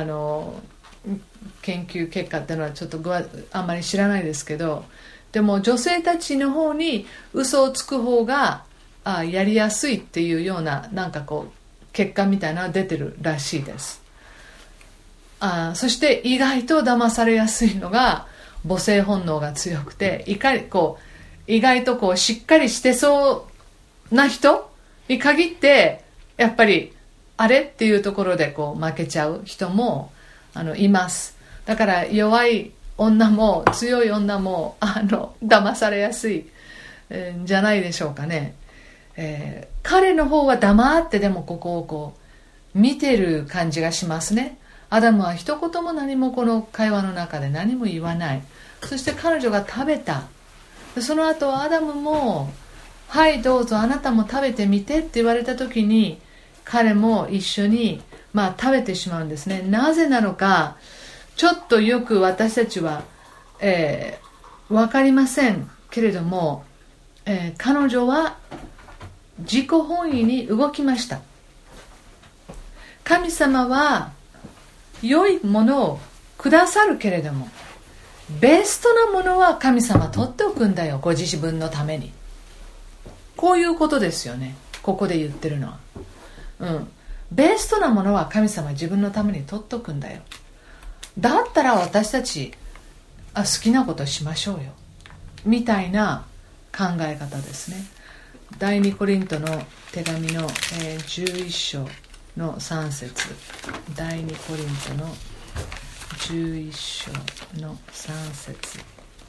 研究結果っていうのはちょっとあんまり知らないですけど、でも女性たちの方に嘘をつく方がやりやすいっていうようななんかこう結果みたいなのが出てるらしいです。そして意外と騙されやすいのが母性本能が強くて、意外とこうしっかりしてそうな人に限ってやっぱりあれっていうところでこう負けちゃう人もいます。だから弱い女も強い女も騙されやすい、んじゃないでしょうかね。彼の方は黙ってでもここをこう見てる感じがしますね。アダムは一言も何もこの会話の中で何も言わない。そして彼女が食べた。その後アダムもはいどうぞあなたも食べてみてって言われた時に彼も一緒に食べてしまうんですね。なぜなのかちょっとよく私たちは、分かりませんけれども、彼女は自己本位に動きました。神様は良いものをくださるけれども、ベストなものは神様取っておくんだよ、ご自分のために。こういうことですよね、ここで言ってるのは。ベストなものは神様自分のために取っておくんだよ。だったら私たち好きなことしましょうよみたいな考え方ですね。第2コリントの手紙の、11章の3節、第2コリントの11章の3節、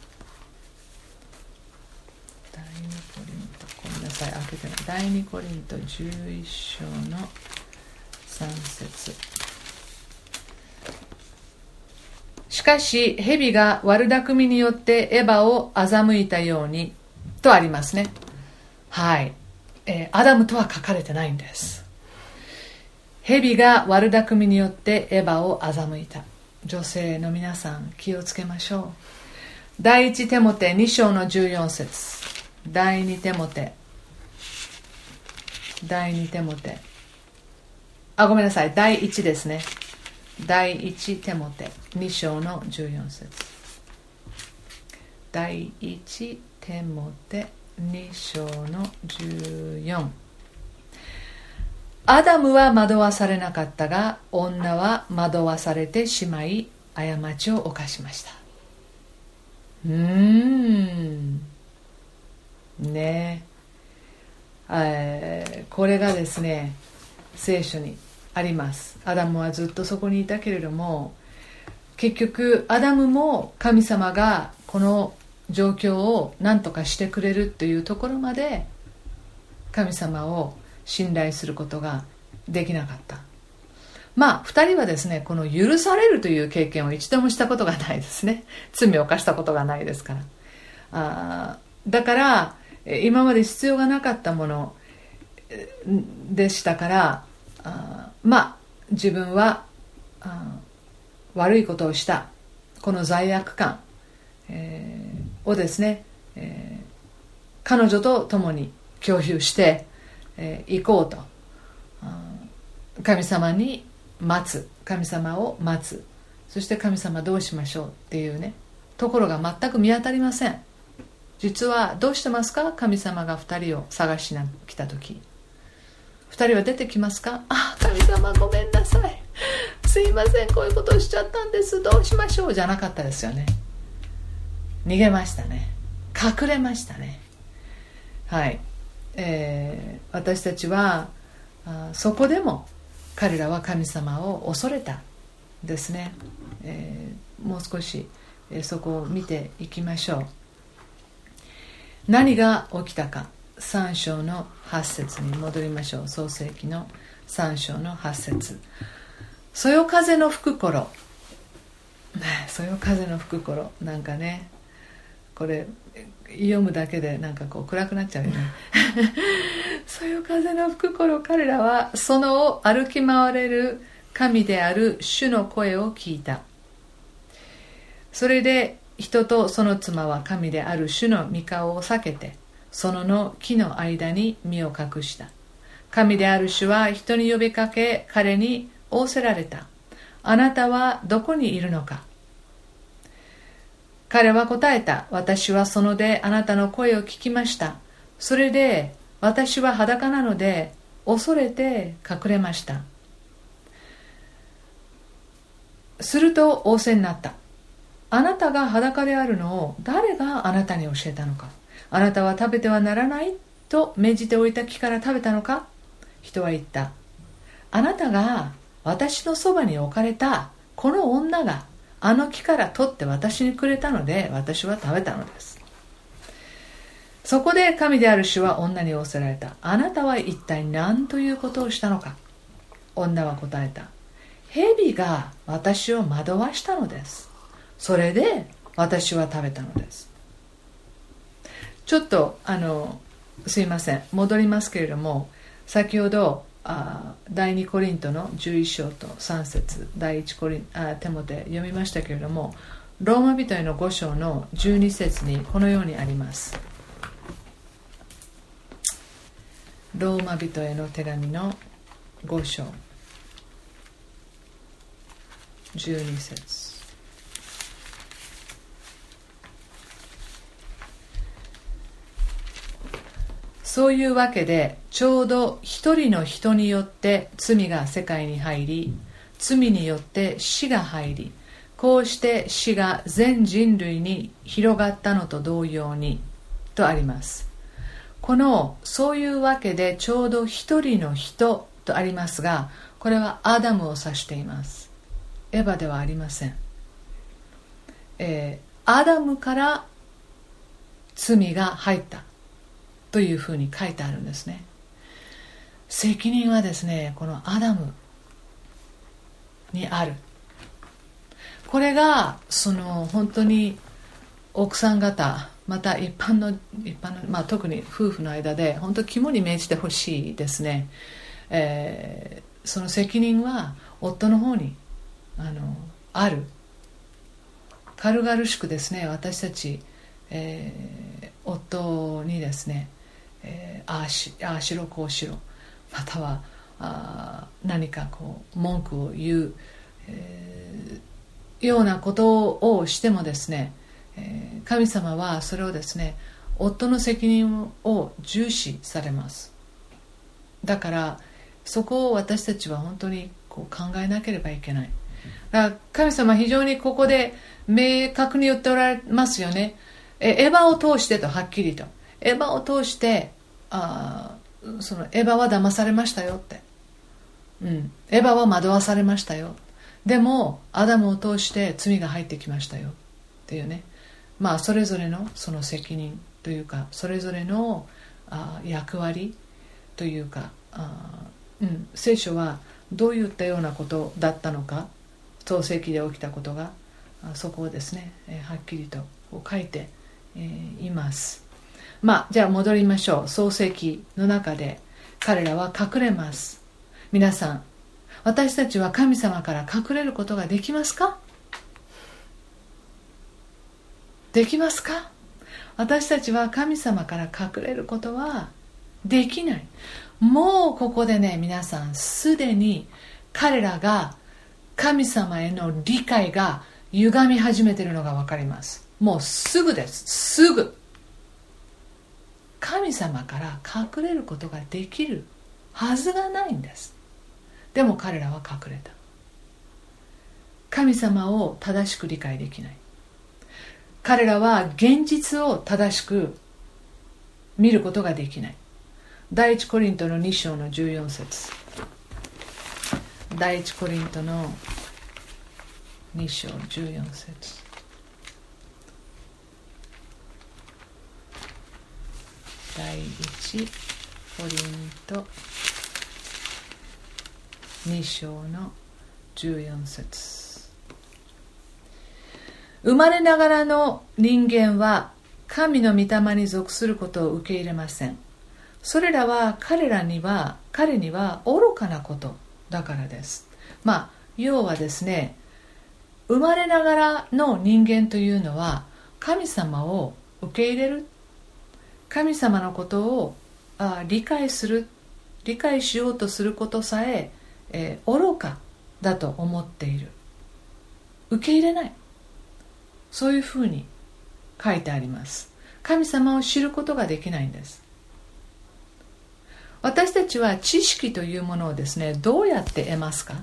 第2コリント、ごめんなさい開けてない、第2コリント11章の3節。しかし蛇が悪巧みによってエバを欺いたようにとありますね。はい、アダムとは書かれてないんです。蛇が悪巧みによってエバを欺いた。女性の皆さん気をつけましょう。第一テモテ2章の14節、第2テモテごめんなさい、第1ですね。第1テモテ2章の14節、第1テモテ2章の14。アダムは惑わされなかったが、女は惑わされてしまい過ちを犯しました。ねえ、これがですね、聖書にあります。アダムはずっとそこにいたけれども、結局アダムも神様がこの状況を何とかしてくれるというところまで神様を信頼することができなかった。2人はですね、この許されるという経験を一度もしたことがないですね。罪を犯したことがないですから。だから今まで必要がなかったものでしたから、自分は悪いことをした、この罪悪感、をですね、彼女と共に共有して行こうと、神様を待つ、そして神様どうしましょうっていうね、ところが全く見当たりません。実はどうしてますか？神様が2人を探しに来た時、2人は出てきますか？神様ごめんなさい、すいません、こういうことをしちゃったんです、どうしましょうじゃなかったですよね。逃げましたね。隠れましたね。はい、私たちはそこでも彼らは神様を恐れたですね。もう少しそこを見ていきましょう。何が起きたか、3章の8節に戻りましょう。創世記の3章の8節、そよ風の吹く頃、そよ風の吹く頃、なんかね、これ読むだけでなんかこう暗くなっちゃうよね。そよ風の吹く頃、彼らはそのを歩き回れる神である主の声を聞いた。それで人とその妻は神である主の御顔を避けて、その木の間に身を隠した。神である主は人に呼びかけ、彼に仰せられた。あなたはどこにいるのか。彼は答えた。私はそのであなたの声を聞きました。それで私は裸なので恐れて隠れました。すると仰せになった。あなたが裸であるのを誰があなたに教えたのか。あなたは食べてはならないと命じておいた木から食べたのか。人は言った。あなたが私のそばに置かれたこの女があの木から取って私にくれたので、私は食べたのです。そこで神である主は女に仰せられた。あなたは一体何ということをしたのか。女は答えた。蛇が私を惑わしたのです。それで私は食べたのです。ちょっとすいません、戻りますけれども、先ほど第2コリントの11章と3節、第1テモテ読みましたけれども、ローマ人への5章の12節にこのようにあります。ローマ人への手紙の5章12節、そういうわけでちょうど一人の人によって罪が世界に入り、罪によって死が入り、こうして死が全人類に広がったのと同様にとあります。このそういうわけでちょうど一人の人とありますが、これはアダムを指しています。エヴァではありません。アダムから罪が入ったというふうに書いてあるんですね。責任はですね、このアダムにある。 これが本当に奥さん方また一般の、特に夫婦の間で本当肝に銘じてほしいですね。その責任は夫の方にある。軽々しくですね、私たち、夫にですね、ああしろこうしろ、または何か文句を言う、ようなことをしてもですね、神様はそれをですね、夫の責任を重視されます。だからそこを私たちは本当に考えなければいけない。だから神様は非常にここで明確に言っておられますよね。エヴァを通してと、はっきりとエヴァを通してそのエヴァは騙されましたよって、エヴァは惑わされましたよ、でもアダムを通して罪が入ってきましたよっていうね、それぞれのその責任というか、それぞれの役割というか、聖書はどういったようなことだったのか、創世記で起きたことがそこをですね、はっきりと書いています。じゃあ戻りましょう。創世記の中で彼らは隠れます。皆さん、私たちは神様から隠れることができますか？できますか？私たちは神様から隠れることはできない。もうここでね、皆さんすでに彼らが神様への理解が歪み始めているのが分かります。もうすぐです。すぐ神様から隠れることができるはずがないんです。でも彼らは隠れた。神様を正しく理解できない。彼らは現実を正しく見ることができない。第一コリントの2章の14節。第一コリントの2章14節。第一コリント2章の14節。生まれながらの人間は神の御霊に属することを受け入れません。それらは彼には愚かなことだからです。要はですね、生まれながらの人間というのは神様を受け入れる、神様のことを理解しようとすることさえ愚かだと思っている。受け入れない。そういうふうに書いてあります。神様を知ることができないんです。私たちは知識というものをですね、どうやって得ますか？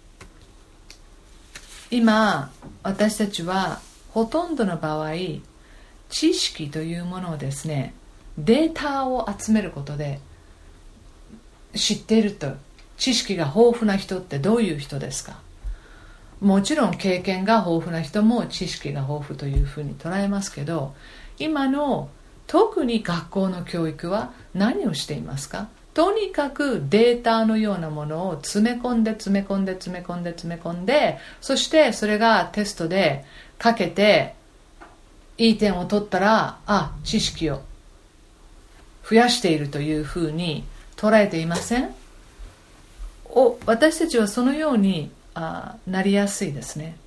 今私たちはほとんどの場合、知識というものをですね、データを集めることで知っていると。知識が豊富な人ってどういう人ですか？もちろん経験が豊富な人も知識が豊富というふうに捉えますけど、今の特に学校の教育は何をしていますか？とにかくデータのようなものを詰め込んで、そしてそれがテストでかけていい点を取ったら、知識を増やしているというふうに捉えていません？私たちはそのようになりやすいですね。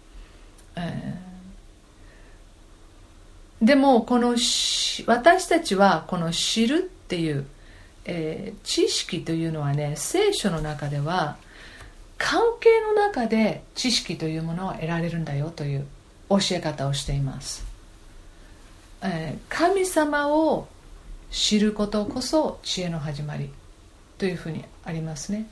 でも私たちはこの知るっていう、知識というのはね、聖書の中では関係の中で知識というものは得られるんだよという教え方をしています。神様を知ることこそ知恵の始まりというふうにありますね。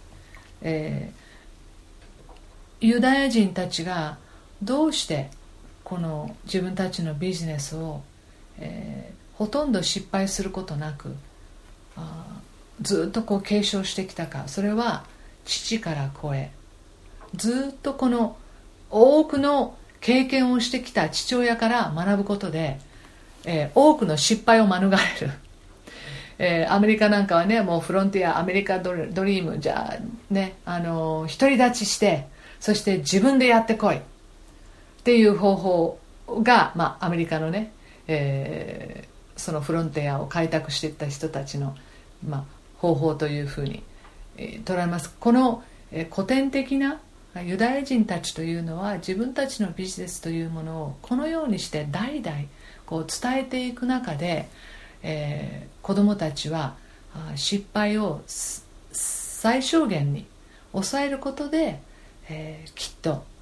ユダヤ人たちがどうしてこの自分たちのビジネスを、ほとんど失敗することなくずっと継承してきたか。それは父から子へ、ずっとこの多くの経験をしてきた父親から学ぶことで、多くの失敗を免れる。アメリカなんかはね、もうフロンティアアメリカドリームじゃあね、独り立ちして、そして自分でやってこい、 っていう方法が、アメリカのね、そのフロンティアを開拓していった人たちの、方法というふうに、捉えます。この、古典的なユダヤ人たちというのは自分たちのビジネスというものをこのようにして代々こう伝えていく中で、子どもたちは失敗を最小限に抑えることで、きっと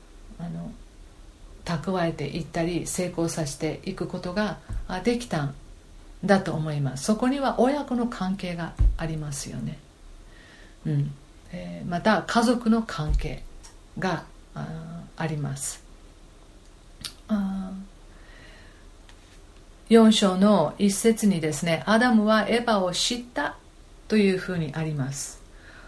蓄えていったり成功させていくことができたんだと思います。そこには親子の関係がありますよね。また家族の関係があります。4章の一節にですね、アダムはエヴァを知ったというふうにあります。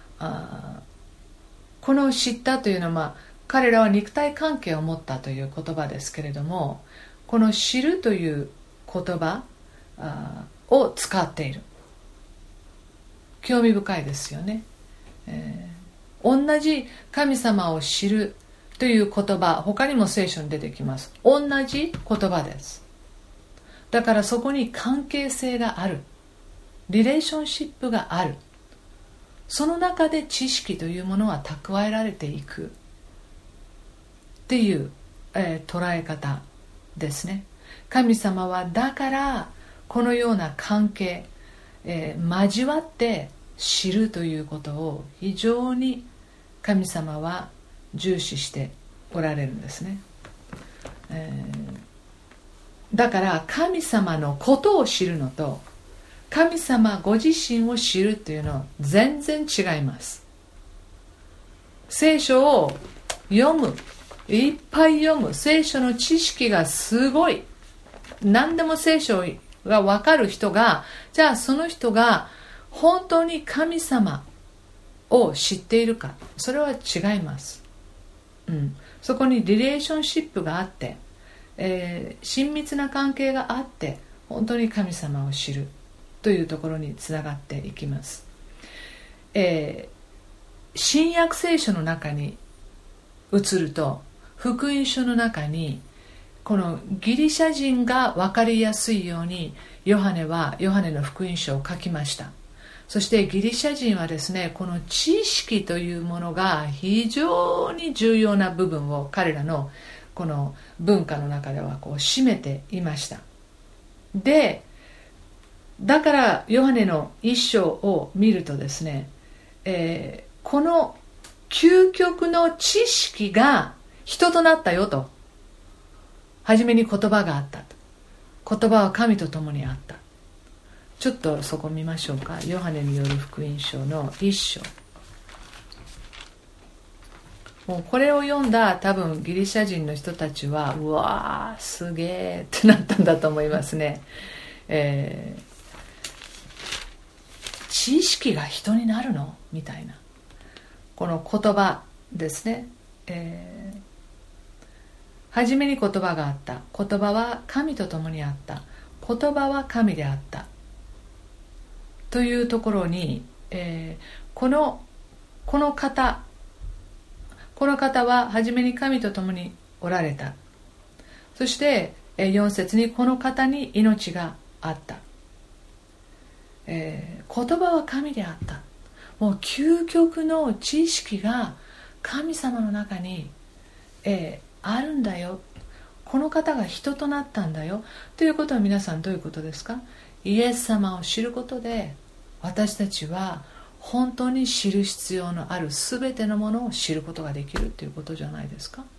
この知ったというのは、彼らは肉体関係を持ったという言葉ですけれども、この知るという言葉を使っている。興味深いですよね。同じ神様を知るという言葉、他にも聖書に出てきます。同じ言葉です。だからそこに関係性がある、リレーションシップがある。その中で知識というものは蓄えられていくっていう、捉え方ですね。神様はだからこのような関係、交わって知るということを非常に神様は重視しておられるんですね。だから神様のことを知るのと神様ご自身を知るというのは全然違います。聖書を読む、いっぱい読む、聖書の知識がすごい、何でも聖書が分かる人が、じゃあその人が本当に神様を知っているか、それは違います。そこにリレーションシップがあって、親密な関係があって本当に神様を知るというところにつながっていきます。新約聖書の中に移ると、福音書の中にこのギリシャ人が分かりやすいようにヨハネの福音書を書きました。そしてギリシャ人はですね、この知識というものが非常に重要な部分を彼らのこの文化の中ではこう占めていました。で、だからヨハネの一章を見るとですね、この究極の知識が人となったよと。はじめに言葉があったと。言葉は神と共にあった。ちょっとそこ見ましょうか。ヨハネによる福音書の一章。もうこれを読んだ多分ギリシャ人の人たちは、うわーすげーってなったんだと思いますね。知識が人になるのみたいなこの言葉ですね。はじめに言葉があった。言葉は神と共にあった。言葉は神であったというところに、この方ははじめに神と共におられた。そして4節にこの方に命があった。言葉は神であった。もう究極の知識が神様の中に、あるんだよ。この方が人となったんだよということは、皆さんどういうことですか？イエス様を知ることで私たちは本当に知る必要のあるすべてのものを知ることができるということじゃないですか。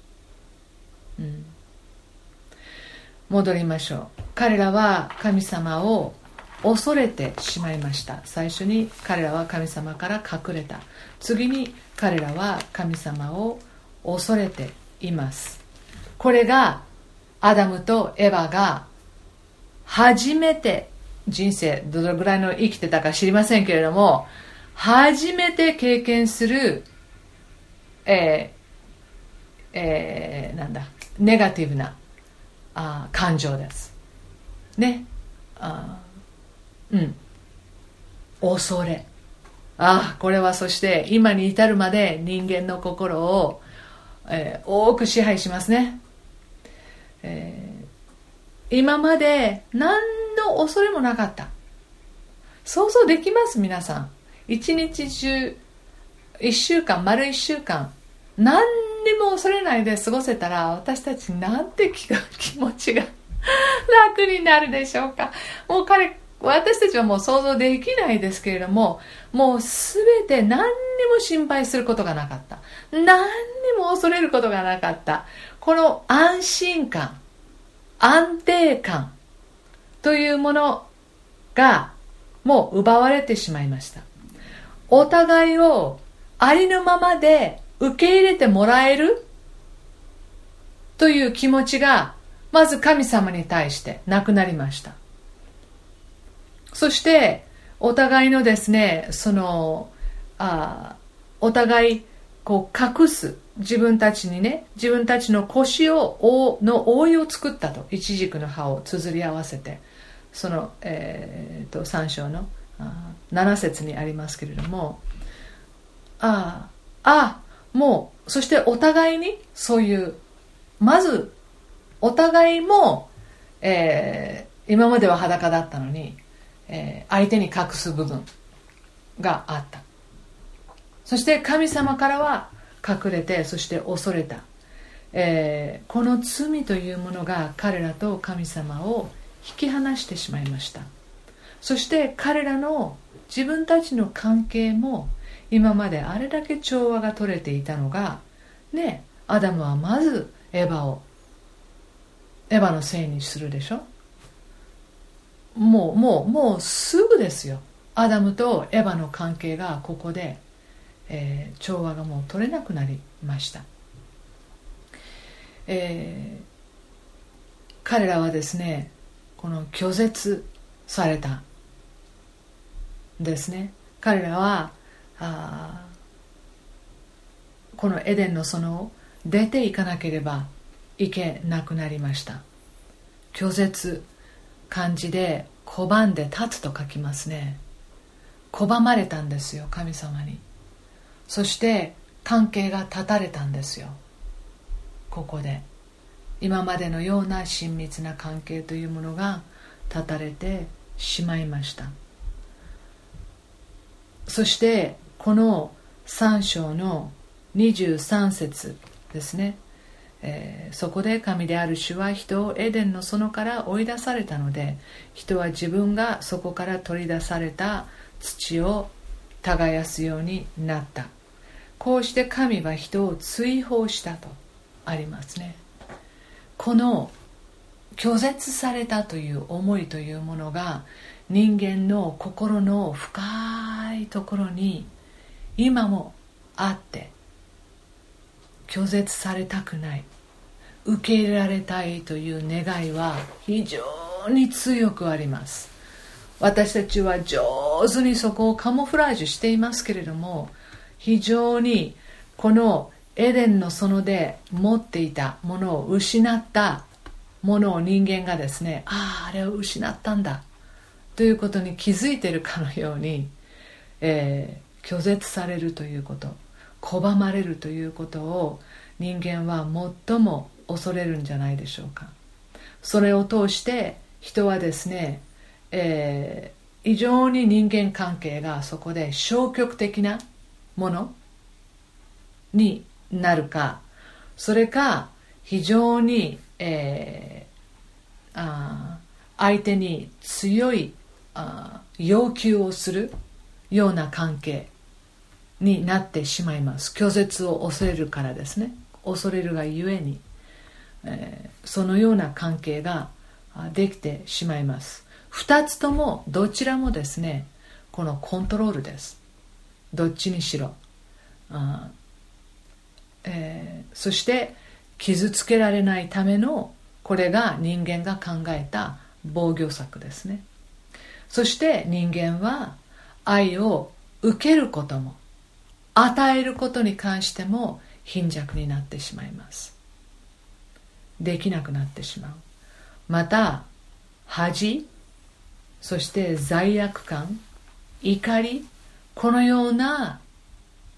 戻りましょう。彼らは神様を恐れてしまいました。最初に彼らは神様から隠れた。次に彼らは神様を恐れています。これがアダムとエヴァが初めて、人生どのぐらいの生きてたか知りませんけれども、初めて経験する、ネガティブな感情ですね。恐れ。これはそして今に至るまで人間の心を、多く支配しますね。 今まで何の恐れもなかった。想像できます？皆さん、一日中丸1週間何にも恐れないで過ごせたら、私たちなんて気持ちが楽になるでしょうか。もう私たちはもう想像できないですけれども、もうすべて何にも心配することがなかった。何にも恐れることがなかった。この安心感、安定感というものがもう奪われてしまいました。お互いをありのままで受け入れてもらえるという気持ちがまず神様に対してなくなりました。そしてお互いのですね、お互い隠す、自分たちの腰の覆いを作ったと、イチジクの葉を綴り合わせて、3章の7節にありますけれども、もうそしてお互いにそういう、まずお互いも、今までは裸だったのに、相手に隠す部分があった。そして神様からは隠れて、そして恐れた、この罪というものが彼らと神様を引き離してしまいました。そして彼らの自分たちの関係も、今まであれだけ調和が取れていたのがね、アダムはまずエヴァのせいにするでしょ。もうすぐですよ。アダムとエヴァの関係がここで、調和がもう取れなくなりました。彼らはですね、この拒絶されたんですね。彼らはこのエデンの園を出ていかなければいけなくなりました。拒絶、漢字で拒んで立つと書きますね。拒まれたんですよ、神様に。そして関係が断たれたんですよ。ここで今までのような親密な関係というものが断たれてしまいました。そしてこの3章の23節ですね、そこで神である主は人をエデンの園から追い出されたので、人は自分がそこから取り出された土を耕すようになった。こうして神は人を追放したとありますね。この拒絶されたという思いというものが人間の心の深いところに今もあって、拒絶されたくない、受け入れられたいという願いは非常に強くあります。私たちは上手にそこをカモフラージュしていますけれども、非常にこのエデンの園で持っていたものを失ったものを人間がですね、あれを失ったんだということに気づいているかのように、拒絶されるということ、拒まれるということを人間は最も恐れるんじゃないでしょうか。それを通して人はですね、非常に人間関係がそこで消極的なものになるか、それか非常に、相手に強い要求をするような関係になってしまいます。拒絶を恐れるからですね。恐れるがゆえに、そのような関係ができてしまいます。二つともどちらもですね、このコントロールです。どっちにしろ。そして傷つけられないための、これが人間が考えた防御策ですね。そして人間は愛を受けることも与えることに関しても貧弱になってしまいます。できなくなってしまう。また恥、そして罪悪感、怒り、このような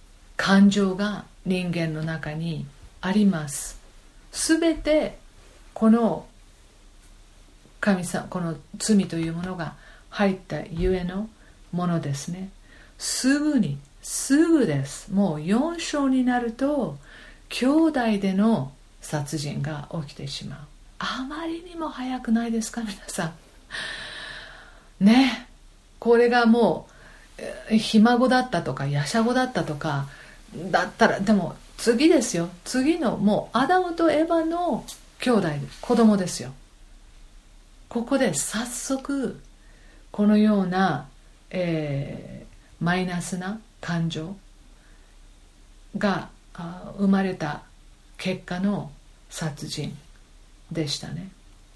感情が人間の中にあります。すべてこの神様、この罪というものが入ったゆえのものですね。すぐです。もう4章になると兄弟での殺人が起きてしまう。あまりにも早くないですか皆さんね。これがもうひ孫だったとかやしゃごだったとかだったら、でも次ですよ。次のもうアダムとエバの兄弟子供ですよ。ここで早速このような、マイナスな感情が生まれた結果の殺人でしたね。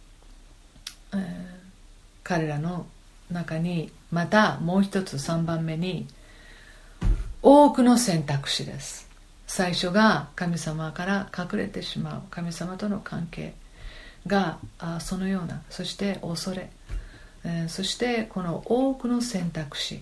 彼らの中にまたもう一つ3番目に多くの選択肢です。最初が神様から隠れてしまう神様との関係がそのような、そして恐れ、そしてこの多くの選択肢。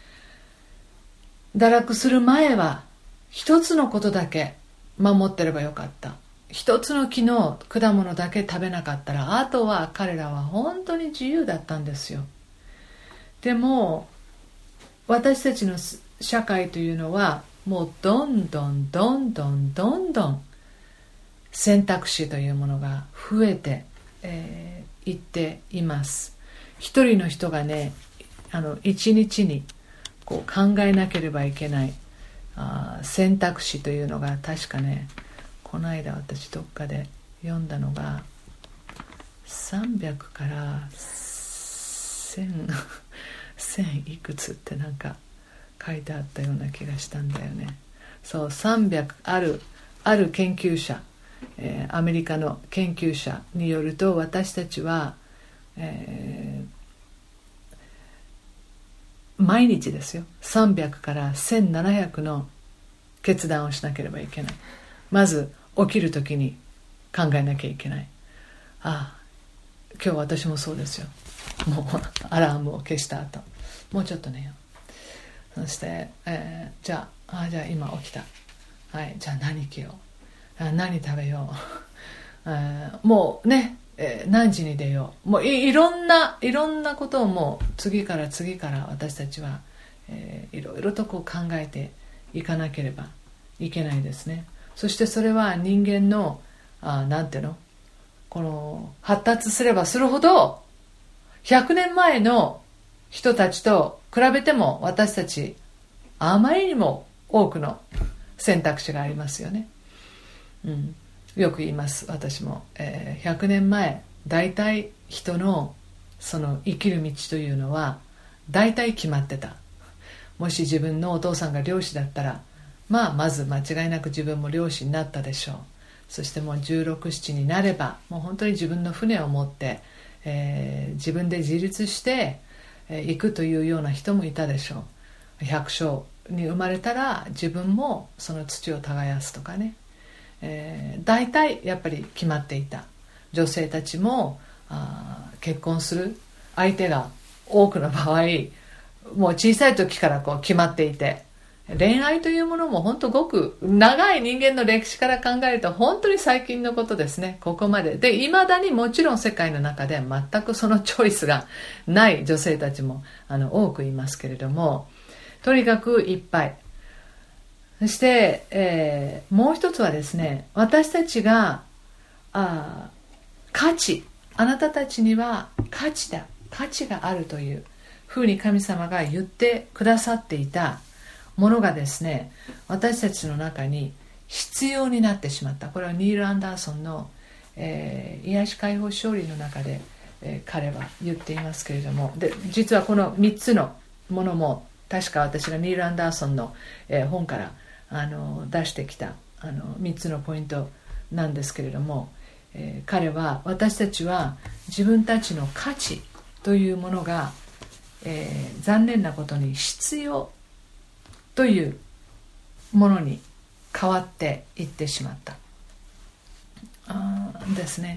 堕落する前は一つのことだけ守ってればよかった。一つの木の果物だけ食べなかったら、あとは彼らは本当に自由だったんですよ。でも私たちの社会というのはもうどんどん選択肢というものが増えていっています。一人の人がね、一日にこう考えなければいけない選択肢というのが、確かね、この間私どっかで読んだのが300から1000いくつってなんか書いてあったような気がしたんだよね。そう、300ある研究者、アメリカの研究者によると、私たちは、毎日ですよ、300から1700の決断をしなければいけない。まず起きるときに考えなきゃいけない。今日私もそうですよ。もうアラームを消した後、もうちょっと寝よう。そして、じゃあ今起きた。はい、じゃあ何着よう。何食べよう。もうね、何時に出よう。もういろんなことをもう次から私たちは、いろいろとこう考えていかなければいけないですね。そしてそれは人間のなんていうの、この発達すればするほど100年前の人たちと比べても私たちあまりにも多くの選択肢がありますよね。よく言います、私も。100年前だいたい人のその生きる道というのはだいたい決まってた。もし自分のお父さんが漁師だったら、まず間違いなく自分も漁師になったでしょう。そしてもう16、17になればもう本当に自分の船を持って、自分で自立して行くというような人もいたでしょう。百姓に生まれたら自分もその土を耕すとかね、大体やっぱり決まっていた。女性たちも結婚する相手が多くの場合もう小さい時からこう決まっていて、恋愛というものも本当ごく長い人間の歴史から考えると本当に最近のことですね。ここまでで、未だにもちろん世界の中で全くそのチョイスがない女性たちも多くいますけれども、とにかくいっぱい。そして、もう一つはですね、私たちが価値、あなたたちには価値があるというふうに神様が言ってくださっていたものがですね、私たちの中に必要になってしまった。これはニール・アンダーソンの、癒し解放勝利の中で、彼は言っていますけれども、で実はこの3つのものも確か私がニール・アンダーソンの、本から出してきた3つのポイントなんですけれども、彼は私たちは自分たちの価値というものが、残念なことに必要というものに変わっていってしまったですね。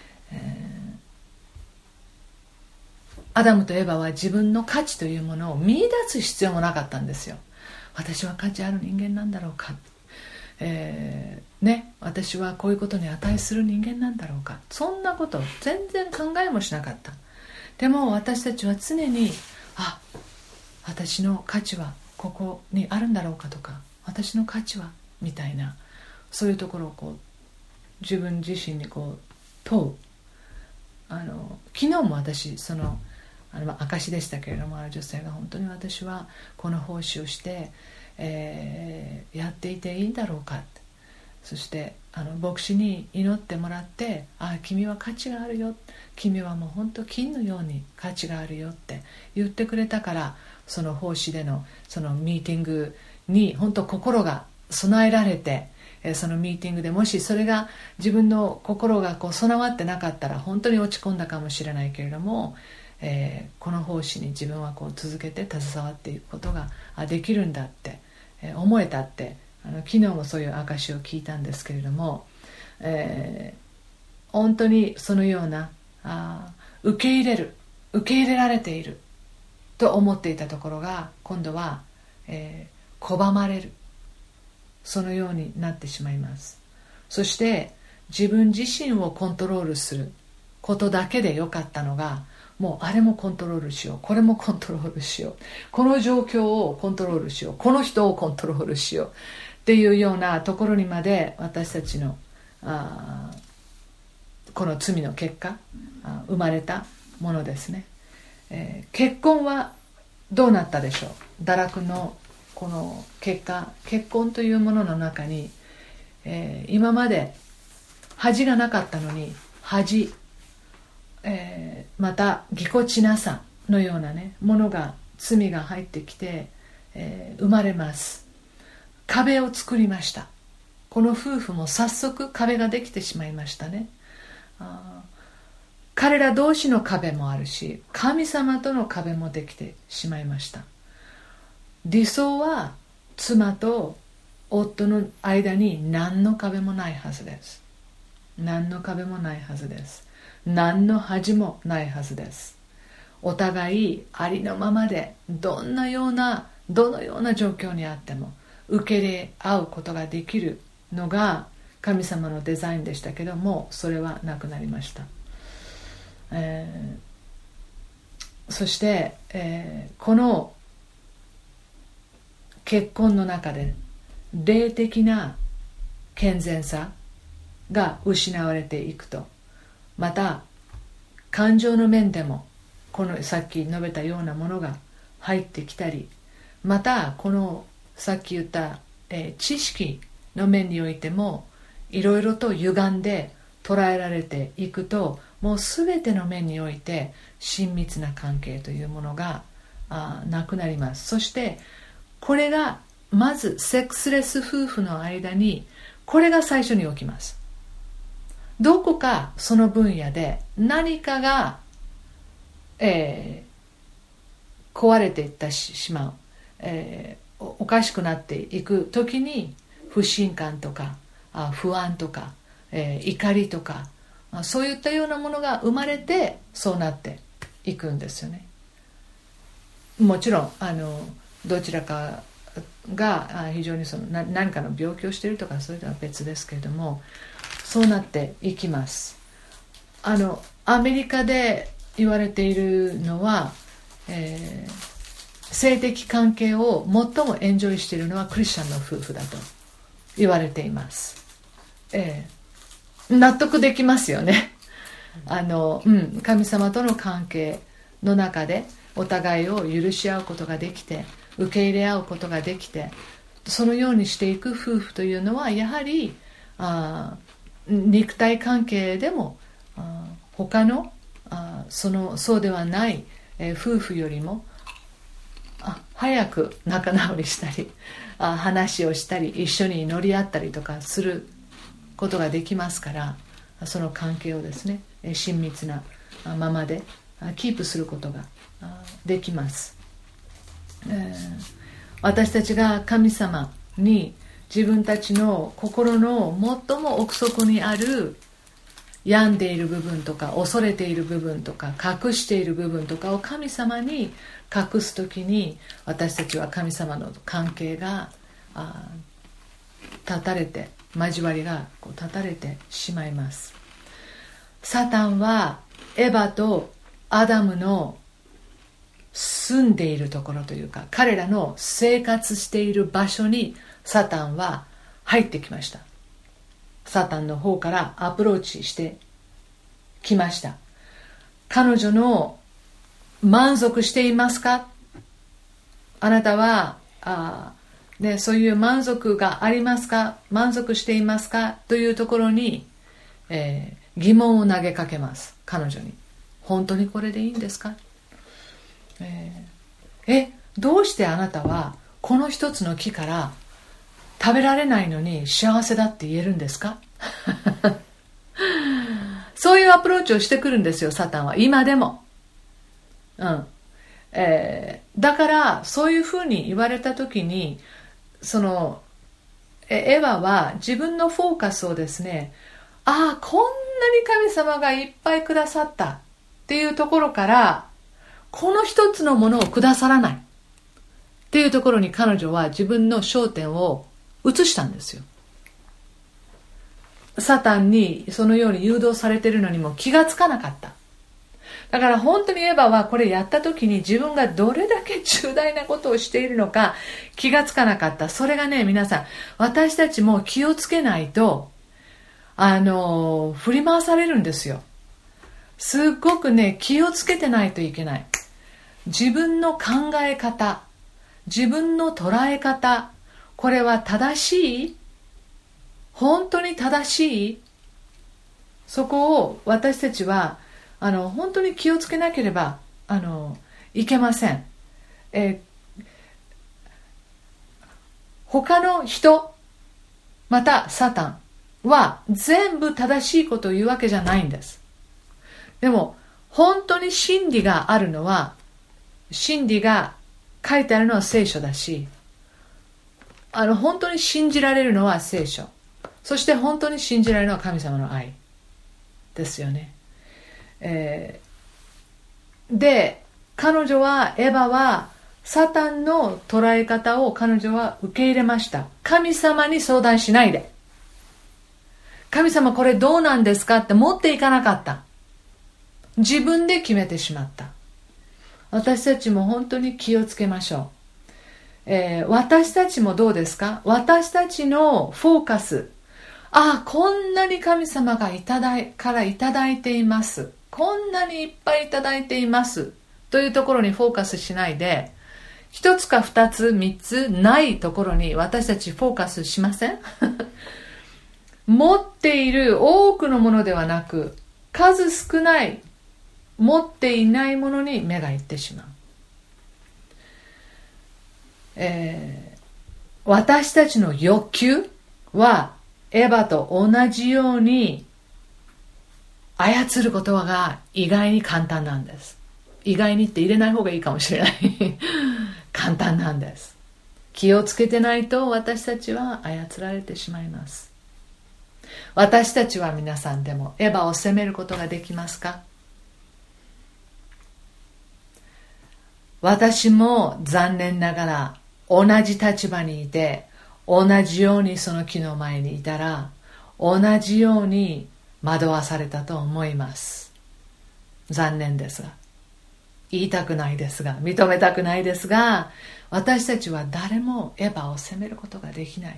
アダムとエバは自分の価値というものを見出す必要もなかったんですよ。私は価値ある人間なんだろうか、 私はこういうことに値する人間なんだろうか、そんなこと全然考えもしなかった。でも私たちは常に私の価値はここにあるんだろうかとか、私の価値はみたいな、そういうところを自分自身に問う。昨日も私証でしたけれども、ある女性が本当に私はこの奉仕をして、やっていていいんだろうかって、そして牧師に祈ってもらって、君は価値があるよ、君はもう本当金のように価値があるよって言ってくれたから、その奉仕でのそのミーティングに本当心が備えられて、そのミーティングでもしそれが自分の心が備わってなかったら本当に落ち込んだかもしれないけれども、この奉仕に自分は続けて携わっていくことができるんだって、思えたって、昨日もそういう証を聞いたんですけれども、本当にそのような受け入れられていると思っていたところが今度は、拒まれる、そのようになってしまいます。そして自分自身をコントロールすることだけでよかったのが、もうあれもコントロールしよう、これもコントロールしよう、この状況をコントロールしよう、この人をコントロールしようっていうようなところにまで私たちのこの罪の結果生まれたものですね。結婚はどうなったでしょう。堕落のこの結果、結婚というものの中に、今まで恥がなかったのに恥、またぎこちなさのようなものが、罪が入ってきて、生まれます。壁を作りました。この夫婦も早速壁ができてしまいましたね。彼ら同士の壁もあるし、神様との壁もできてしまいました。理想は妻と夫の間に何の壁もないはずです。何の壁もないはずです。何の恥もないはずです。お互いありのままで、どのような状況にあっても受け入れ合うことができるのが神様のデザインでしたけども、それはなくなりました。そして、この結婚の中で霊的な健全さが失われていくと、また感情の面でもこのさっき述べたようなものが入ってきたり、またこのさっき言った、知識の面においてもいろいろと歪んで捉えられていくと、もう全ての面において親密な関係というものがなくなります。そしてこれがまずセックスレス夫婦の間にこれが最初に起きます。どこかその分野で何かが、壊れていってしまう、おかしくなっていくときに不信感とか不安とか、怒りとかそういったようなものが生まれて、そうなっていくんですよね。もちろんどちらかが非常に何かの病気をしているとか、そういうのは別ですけれども、そうなっていきます。アメリカで言われているのは、性的関係を最もエンジョイしているのはクリスチャンの夫婦だと言われています。納得できますよね。神様との関係の中でお互いを許し合うことができて、受け入れ合うことができて、そのようにしていく夫婦というのは、やはり肉体関係でも他のそうではない、夫婦よりも早く仲直りしたり話をしたり一緒に乗り合ったりとかすることができますから、その関係をですね、親密なままでキープすることができます。私たちが神様に自分たちの心の最も奥底にある病んでいる部分とか恐れている部分とか隠している部分とかを神様に隠すときに、私たちは神様の関係が断たれて、交わりが断たれてしまいます。サタンはエバとアダムの住んでいるところというか、彼らの生活している場所にサタンは入ってきました。サタンの方からアプローチしてきました。彼女の満足していますか？あなたはそういう満足がありますか？満足していますか？というところに、疑問を投げかけます。彼女に。本当にこれでいいんですか？どうしてあなたはこの一つの木から食べられないのに幸せだって言えるんですか？そういうアプローチをしてくるんですよ、サタンは。今でも。だからそういうふうに言われた時に、エヴァは自分のフォーカスをですね、こんなに神様がいっぱいくださったっていうところから、この一つのものをくださらないっていうところに彼女は自分の焦点を移したんですよ。サタンにそのように誘導されているのにも気がつかなかった。だから本当にエヴァはこれやった時に自分がどれだけ重大なことをしているのか気がつかなかった。それがね、皆さん、私たちも気をつけないと、振り回されるんですよ。すっごくね、気をつけてないといけない。自分の考え方、自分の捉え方、これは正しい？本当に正しい？そこを私たちは本当に気をつけなければいけません。他の人、またサタンは全部正しいことを言うわけじゃないんです。でも本当に真理があるのは、真理が書いてあるのは聖書だし、本当に信じられるのは聖書。そして本当に信じられるのは神様の愛ですよね。で、彼女は、エヴァはサタンの捉え方を彼女は受け入れました。神様に相談しないで。神様これどうなんですかって持っていかなかった。自分で決めてしまった。私たちも本当に気をつけましょう。私たちもどうですか？私たちのフォーカス。こんなに神様がからいただいています。こんなにいっぱいいただいています。というところにフォーカスしないで、一つか二つ、三つないところに私たちフォーカスしません？持っている多くのものではなく、数少ない持っていないものに目がいってしまう。私たちの欲求はエヴァと同じように操ることが意外に簡単なんです。意外にって入れない方がいいかもしれない簡単なんです。気をつけてないと私たちは操られてしまいます。私たちは皆さんでもエヴァを責めることができますか？私も残念ながら同じ立場にいて、同じようにその木の前にいたら、同じように惑わされたと思います。残念ですが、言いたくないですが、認めたくないですが、私たちは誰もエヴァを責めることができない。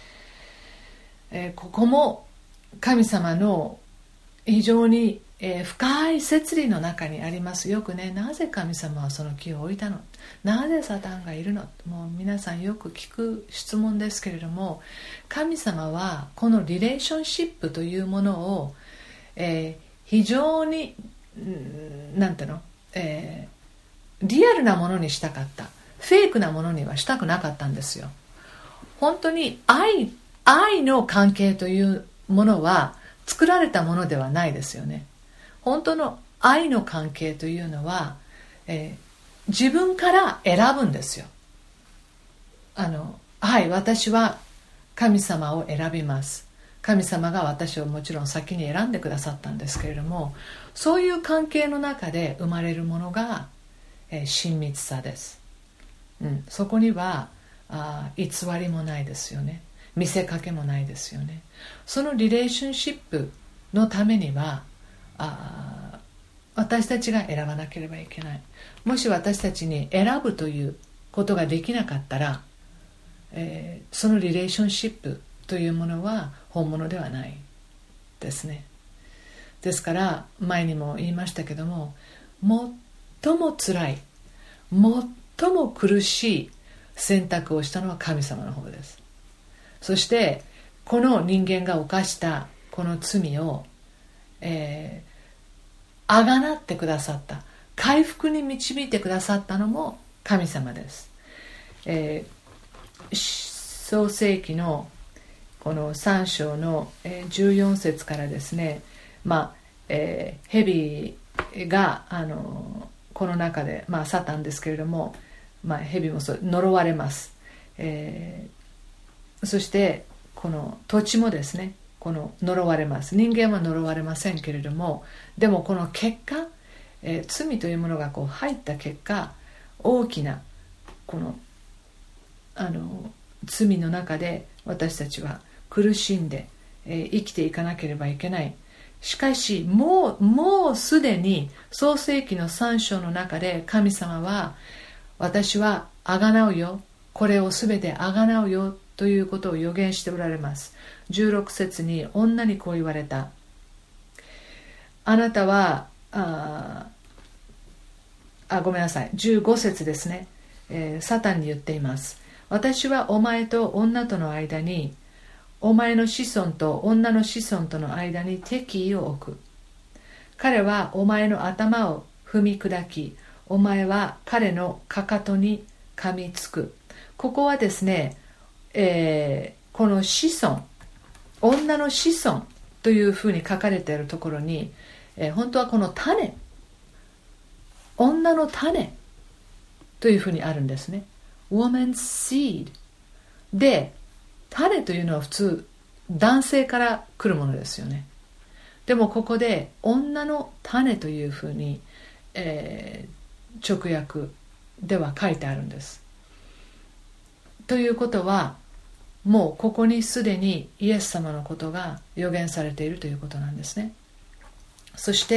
ここも神様の非常に深い摂理の中にあります。よくね、なぜ神様はその木を置いたの？なぜサタンがいるの？もう皆さんよく聞く質問ですけれども、神様はこのリレーションシップというものを、非常になんていうの、リアルなものにしたかった。フェイクなものにはしたくなかったんですよ。本当に愛の関係というものは作られたものではないですよね。本当の愛の関係というのは、自分から選ぶんですよ。私は神様を選びます。神様が私をもちろん先に選んでくださったんですけれども、そういう関係の中で生まれるものが、親密さです。そこには偽りもないですよね。 見せかけもないですよね。そのリレーションシップのためには私たちが選ばなければいけない。もし私たちに選ぶということができなかったら、そのリレーションシップというものは本物ではないですね。ですから前にも言いましたけども、最も辛い、最も苦しい選択をしたのは神様の方です。そしてこの人間が犯したこの罪をあがなってくださった、回復に導いてくださったのも神様です。創世記のこの3章の14節からですね、蛇がこの中で、サタンですけれども、蛇も呪われます。そしてこの土地もですね、この呪われます。人間は呪われませんけれども、でもこの結果、罪というものがこう入った結果、大きなこの罪の中で私たちは苦しんで、生きていかなければいけない。しかしもうすでに創世記の3章の中で神様は、私はあがなうよ、これをすべてあがなうよということを予言しておられます。16節に女にこう言われた。あなたはごめんなさい、15節ですね。サタンに言っています。私はお前と女との間に、お前の子孫と女の子孫との間に敵意を置く。彼はお前の頭を踏み砕き、お前は彼のかかとに噛みつく。ここはですね、この子孫、女の子孫というふうに書かれているところに、本当はこの種、女の種というふうにあるんですね。Woman's seed で、種というのは普通男性から来るものですよね。でもここで女の種というふうに、直訳では書いてあるんです。ということは、もうここにすでにイエス様のことが予言されているということなんですね。そして、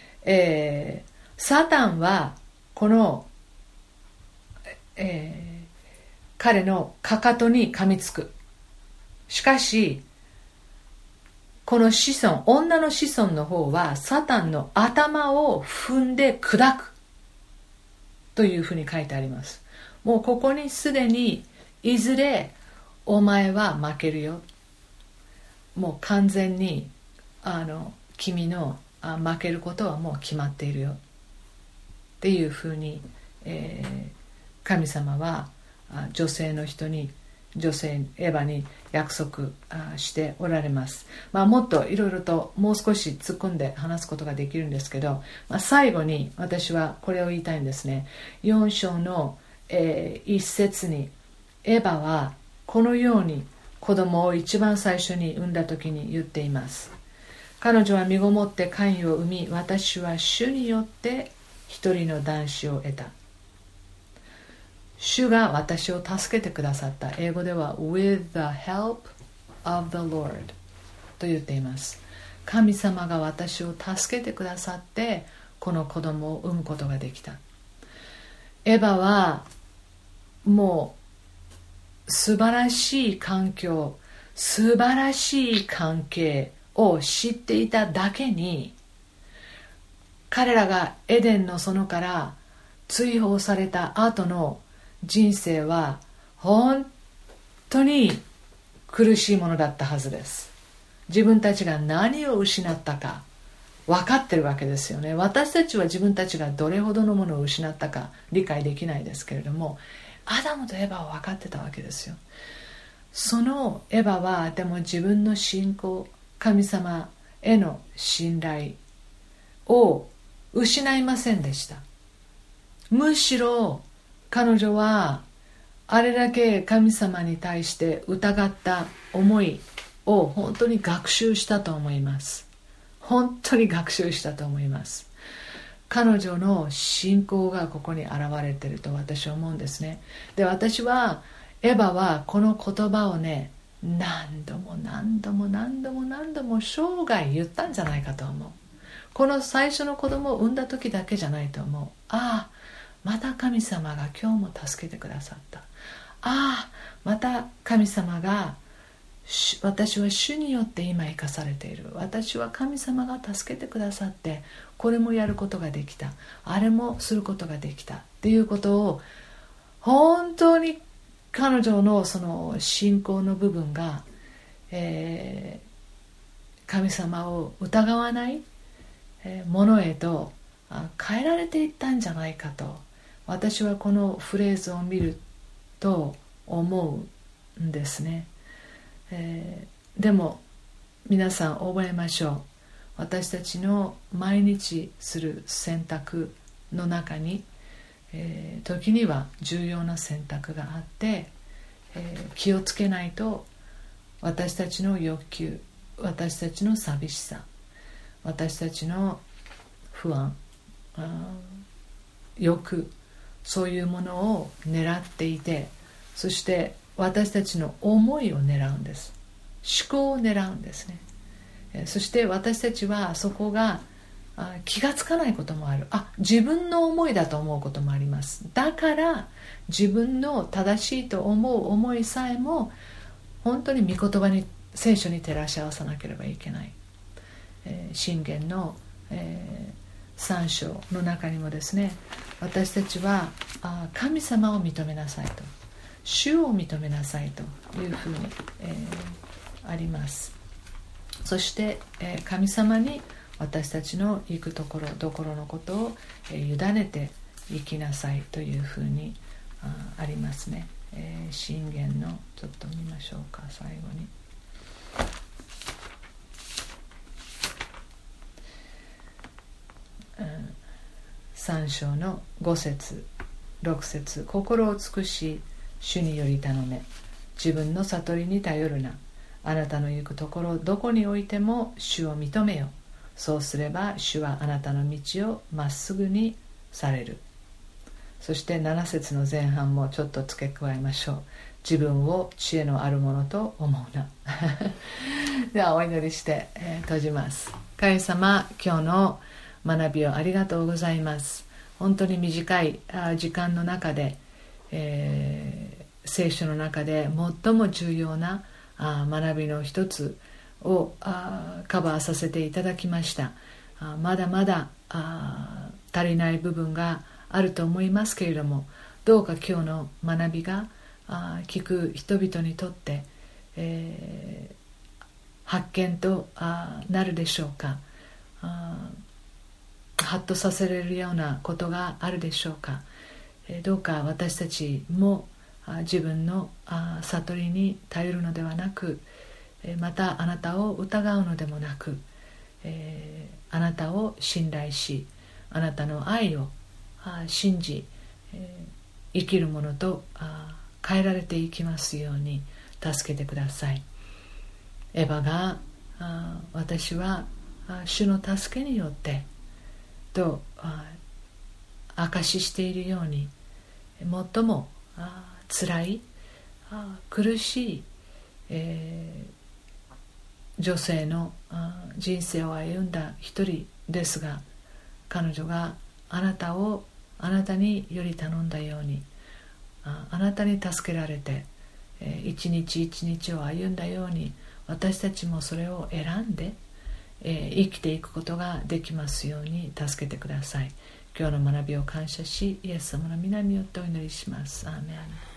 サタンはこの、彼のかかとに噛みつく。しかしこの子孫、女の子孫の方はサタンの頭を踏んで砕くというふうに書いてあります。もうここにすでにいずれお前は負けるよ、もう完全に君の負けることはもう決まっているよっていうふうに、神様は女性の人に、女性エヴァに約束しておられます。もっといろいろともう少し突っ込んで話すことができるんですけど、最後に私はこれを言いたいんですね。4章の、1節にエヴァはこのように子供を一番最初に産んだ時に言っています。彼女は身ごもってカインを産み、私は主によって一人の男子を得た。主が私を助けてくださった。英語では with the help of the Lord と言っています。神様が私を助けてくださってこの子供を産むことができた。エヴァはもう素晴らしい環境、素晴らしい関係を知っていただけに、彼らがエデンの園から追放された後の人生は本当に苦しいものだったはずです。自分たちが何を失ったか分かってるわけですよね。私たちは自分たちがどれほどのものを失ったか理解できないですけれども、アダムとエヴァは分かってたわけですよ。そのエヴァはでも自分の信仰、神様への信頼を失いませんでした。むしろ彼女はあれだけ神様に対して疑った思いを本当に学習したと思います。本当に学習したと思います。彼女の信仰がここに現れていると私は思うんですね。で、私はエヴァはこの言葉をね、 何度も何度も何度も何度も生涯言ったんじゃないかと思う。この最初の子供を産んだ時だけじゃないと思う。ああ、また神様が今日も助けてくださった。ああ、また神様が、私は主によって今生かされている。私は神様が助けてくださってこれもやることができた、あれもすることができたっていうことを、本当に彼女のその信仰の部分が、神様を疑わないものへと変えられていったんじゃないかと、私はこのフレーズを見ると思うんですね。でも皆さん覚えましょう。私たちの毎日する選択の中に、時には重要な選択があって、気をつけないと私たちの欲求、私たちの寂しさ、私たちの不安、欲、そういうものを狙っていて、そして私たちの思いを狙うんです。思考を狙うんですね。そして私たちはそこが気がつかないこともある。自分の思いだと思うこともあります。だから自分の正しいと思う思いさえも本当に御言葉に、聖書に照らし合わさなければいけない。箴言の、3章の中にもですね、私たちは神様を認めなさいと、主を認めなさいというふうに、あります。そして、神様に私たちの行くところどころのことを、委ねて行きなさいというふうにありますね。箴言のちょっと見ましょうか、最後に。3章の5節6節、心を尽くし主により頼め、自分の悟りに頼るな、あなたの行くところどこにおいても主を認めよ、そうすれば主はあなたの道をまっすぐにされる。そして7節の前半もちょっと付け加えましょう。自分を知恵のあるものと思うなではお祈りして、閉じます。神様、今日の学びをありがとうございます。本当に短い時間の中で、聖書の中で最も重要な学びの一つをカバーさせていただきました。まだまだ足りない部分があると思いますけれども、どうか今日の学びが聞く人々にとって、発見となるでしょうか。ハッとさせられるようなことがあるでしょうか。どうか私たちも自分の悟りに頼るのではなく、またあなたを疑うのでもなく、あなたを信頼し、あなたの愛を信じ、生きるものと変えられていきますように助けてください。エヴァが私は主の助けによってと証ししているように、最も辛い苦しい、女性の人生を歩んだ一人ですが、彼女があなたにより頼んだように、あなたに助けられて一日一日を歩んだように、私たちもそれを選んで生きていくことができますように助けてください。今日の学びを感謝し、イエス様の皆によってお祈りします。アーメン。